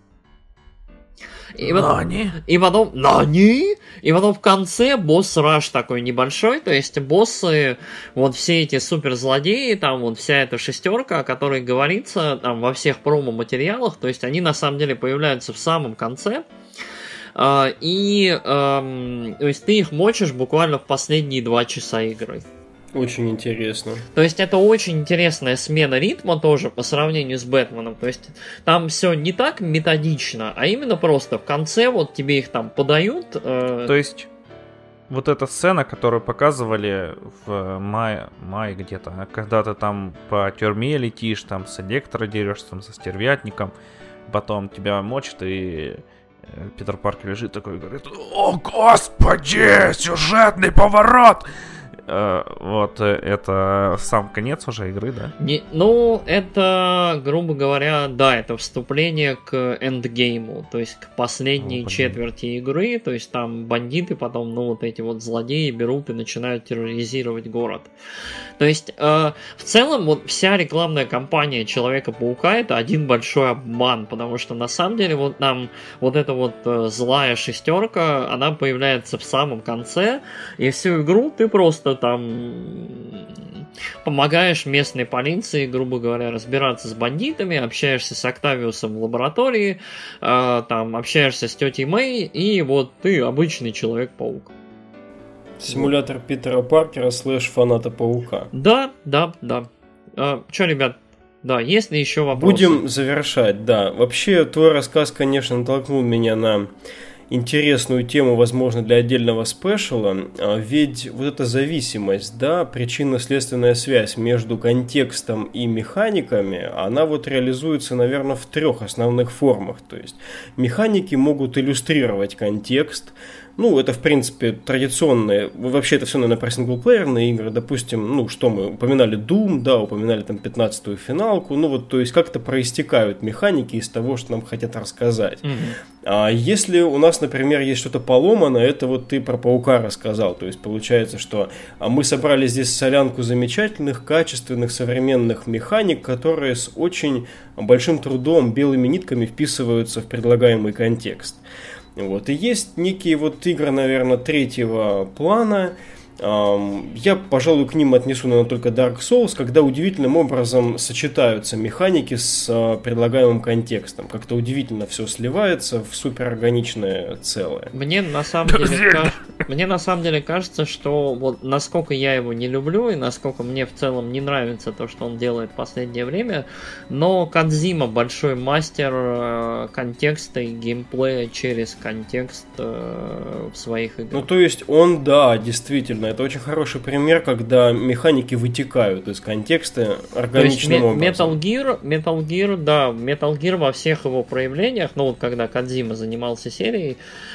[SPEAKER 3] И потом в конце босс-раш такой небольшой, то есть боссы, вот все эти суперзлодеи, там вот вся эта шестерка, о которой говорится там во всех промо-материалах, то есть они на самом деле появляются в самом конце, то есть ты их мочишь буквально в последние 2 часа игры.
[SPEAKER 1] Очень интересно.
[SPEAKER 3] То есть это очень интересная смена ритма тоже по сравнению с Бэтменом. То есть там все не так методично, а именно просто в конце вот тебе их там подают.
[SPEAKER 2] То есть вот эта сцена, которую показывали в мае где-то, когда ты там по тюрьме летишь, там с электро дерешься, там со стервятником, потом тебя мочат и... Питер Паркер лежит такой и говорит: «О, господи, сюжетный поворот!» Вот это сам конец уже игры, да?
[SPEAKER 3] Это, грубо говоря, да, это вступление к эндгейму, то есть к последней четверти игры, то есть там бандиты потом, вот эти вот злодеи берут и начинают терроризировать город. То есть, в целом, вот вся рекламная кампания Человека-паука — это один большой обман, потому что на самом деле вот нам вот эта вот злая шестерка, она появляется в самом конце, и всю игру ты просто там помогаешь местной полиции, грубо говоря, разбираться с бандитами, общаешься с Октавиусом в лаборатории, там общаешься с тетей Мэй, и вот ты обычный Человек-паук.
[SPEAKER 1] Симулятор Питера Паркера / фаната Паука.
[SPEAKER 3] Да. Че, ребят, да, есть ли еще вопросы?
[SPEAKER 1] Будем завершать, да. Вообще, твой рассказ, конечно, натолкнул меня на интересную тему, возможно, для отдельного спешала, ведь вот эта зависимость, да, причинно-следственная связь между контекстом и механиками, она вот реализуется, наверное, в 3 основных формах. То есть механики могут иллюстрировать контекст. Это, в принципе, традиционные, вообще это все, наверное, про синглплеерные игры, допустим, что мы упоминали Doom, да, упоминали там 15-ю финалку, то есть как-то проистекают механики из того, что нам хотят рассказать. А если у нас, например, есть что-то поломанное, это вот ты про Паука рассказал, то есть получается, что мы собрали здесь солянку замечательных, качественных, современных механик, которые с очень большим трудом, белыми нитками вписываются в предлагаемый контекст. И есть некие игры, наверное, 3-го плана. Я, пожалуй, к ним отнесу, наверное, только Dark Souls, когда удивительным образом сочетаются механики с предлагаемым контекстом. Как-то удивительно все сливается в суперорганичное целое.
[SPEAKER 3] Мне на самом деле кажется, что вот насколько я его не люблю и насколько мне в целом не нравится то, что он делает в последнее время, но Кодзима большой мастер контекста и геймплея через контекст в своих играх.
[SPEAKER 1] То есть он, да, действительно, это очень хороший пример, когда механики вытекают из контекста органичным образом.
[SPEAKER 3] Metal Gear во всех его проявлениях, ну вот когда Кодзима занимался серией,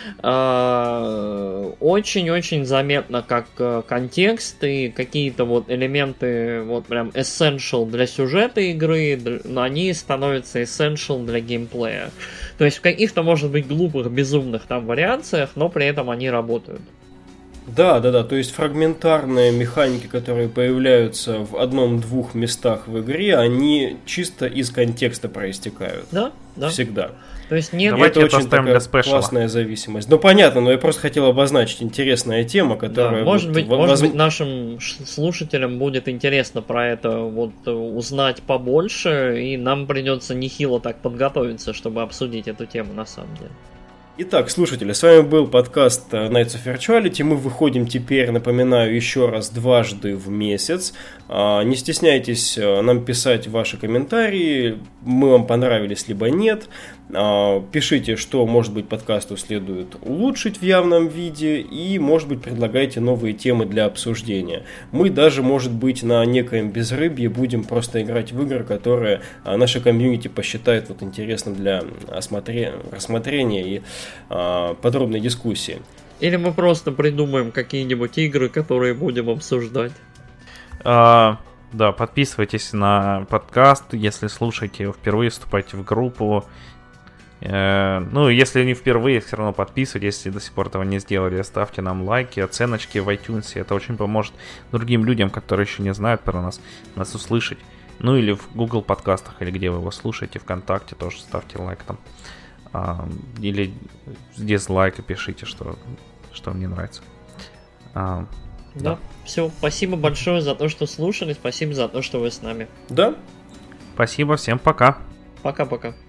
[SPEAKER 3] очень-очень заметно, как контекст и какие-то вот элементы вот прям essential для сюжета игры, но они становятся essential для геймплея. То есть в каких-то, может быть, глупых, безумных там вариациях, но при этом они работают.
[SPEAKER 1] Да, то есть фрагментарные механики, которые появляются в одном-двух местах в игре, они чисто из контекста проистекают.
[SPEAKER 3] Да.
[SPEAKER 1] Всегда.
[SPEAKER 3] То есть нет...
[SPEAKER 2] Давайте
[SPEAKER 1] это очень такая
[SPEAKER 2] спешала.
[SPEAKER 1] Классная зависимость. Ну понятно, но я просто хотел обозначить интересная тема, которая...
[SPEAKER 3] Да, может быть, нашим слушателям будет интересно про это вот узнать побольше, и нам придется нехило так подготовиться, чтобы обсудить эту тему на самом деле.
[SPEAKER 1] Итак, слушатели, с вами был подкаст Nights of Virtuality. Мы выходим теперь, напоминаю, еще раз дважды в месяц. Не стесняйтесь нам писать ваши комментарии, мы вам понравились, либо нет. Пишите, что, может быть, подкасту следует улучшить в явном виде, и, может быть, предлагайте новые темы для обсуждения. Мы даже, может быть, на некоем безрыбье будем просто играть в игры, которые наша комьюнити посчитает вот интересным для рассмотрения и подробной дискуссии.
[SPEAKER 3] Или мы просто придумаем какие-нибудь игры, которые будем обсуждать.
[SPEAKER 2] Да, подписывайтесь на подкаст, если слушаете впервые, вступайте в группу. Ну, если не впервые, все равно подписывайтесь, если до сих пор этого не сделали, ставьте нам лайки, оценочки в iTunes, это очень поможет другим людям, которые еще не знают про нас услышать. Ну, или в Google подкастах, или где вы его слушаете, ВКонтакте тоже ставьте лайк там. Или дизлайк и пишите, что вам не нравится.
[SPEAKER 3] Да. Все, спасибо большое за то, что слушали, спасибо за то, что вы с нами.
[SPEAKER 1] Да.
[SPEAKER 2] Спасибо, всем пока.
[SPEAKER 3] Пока-пока.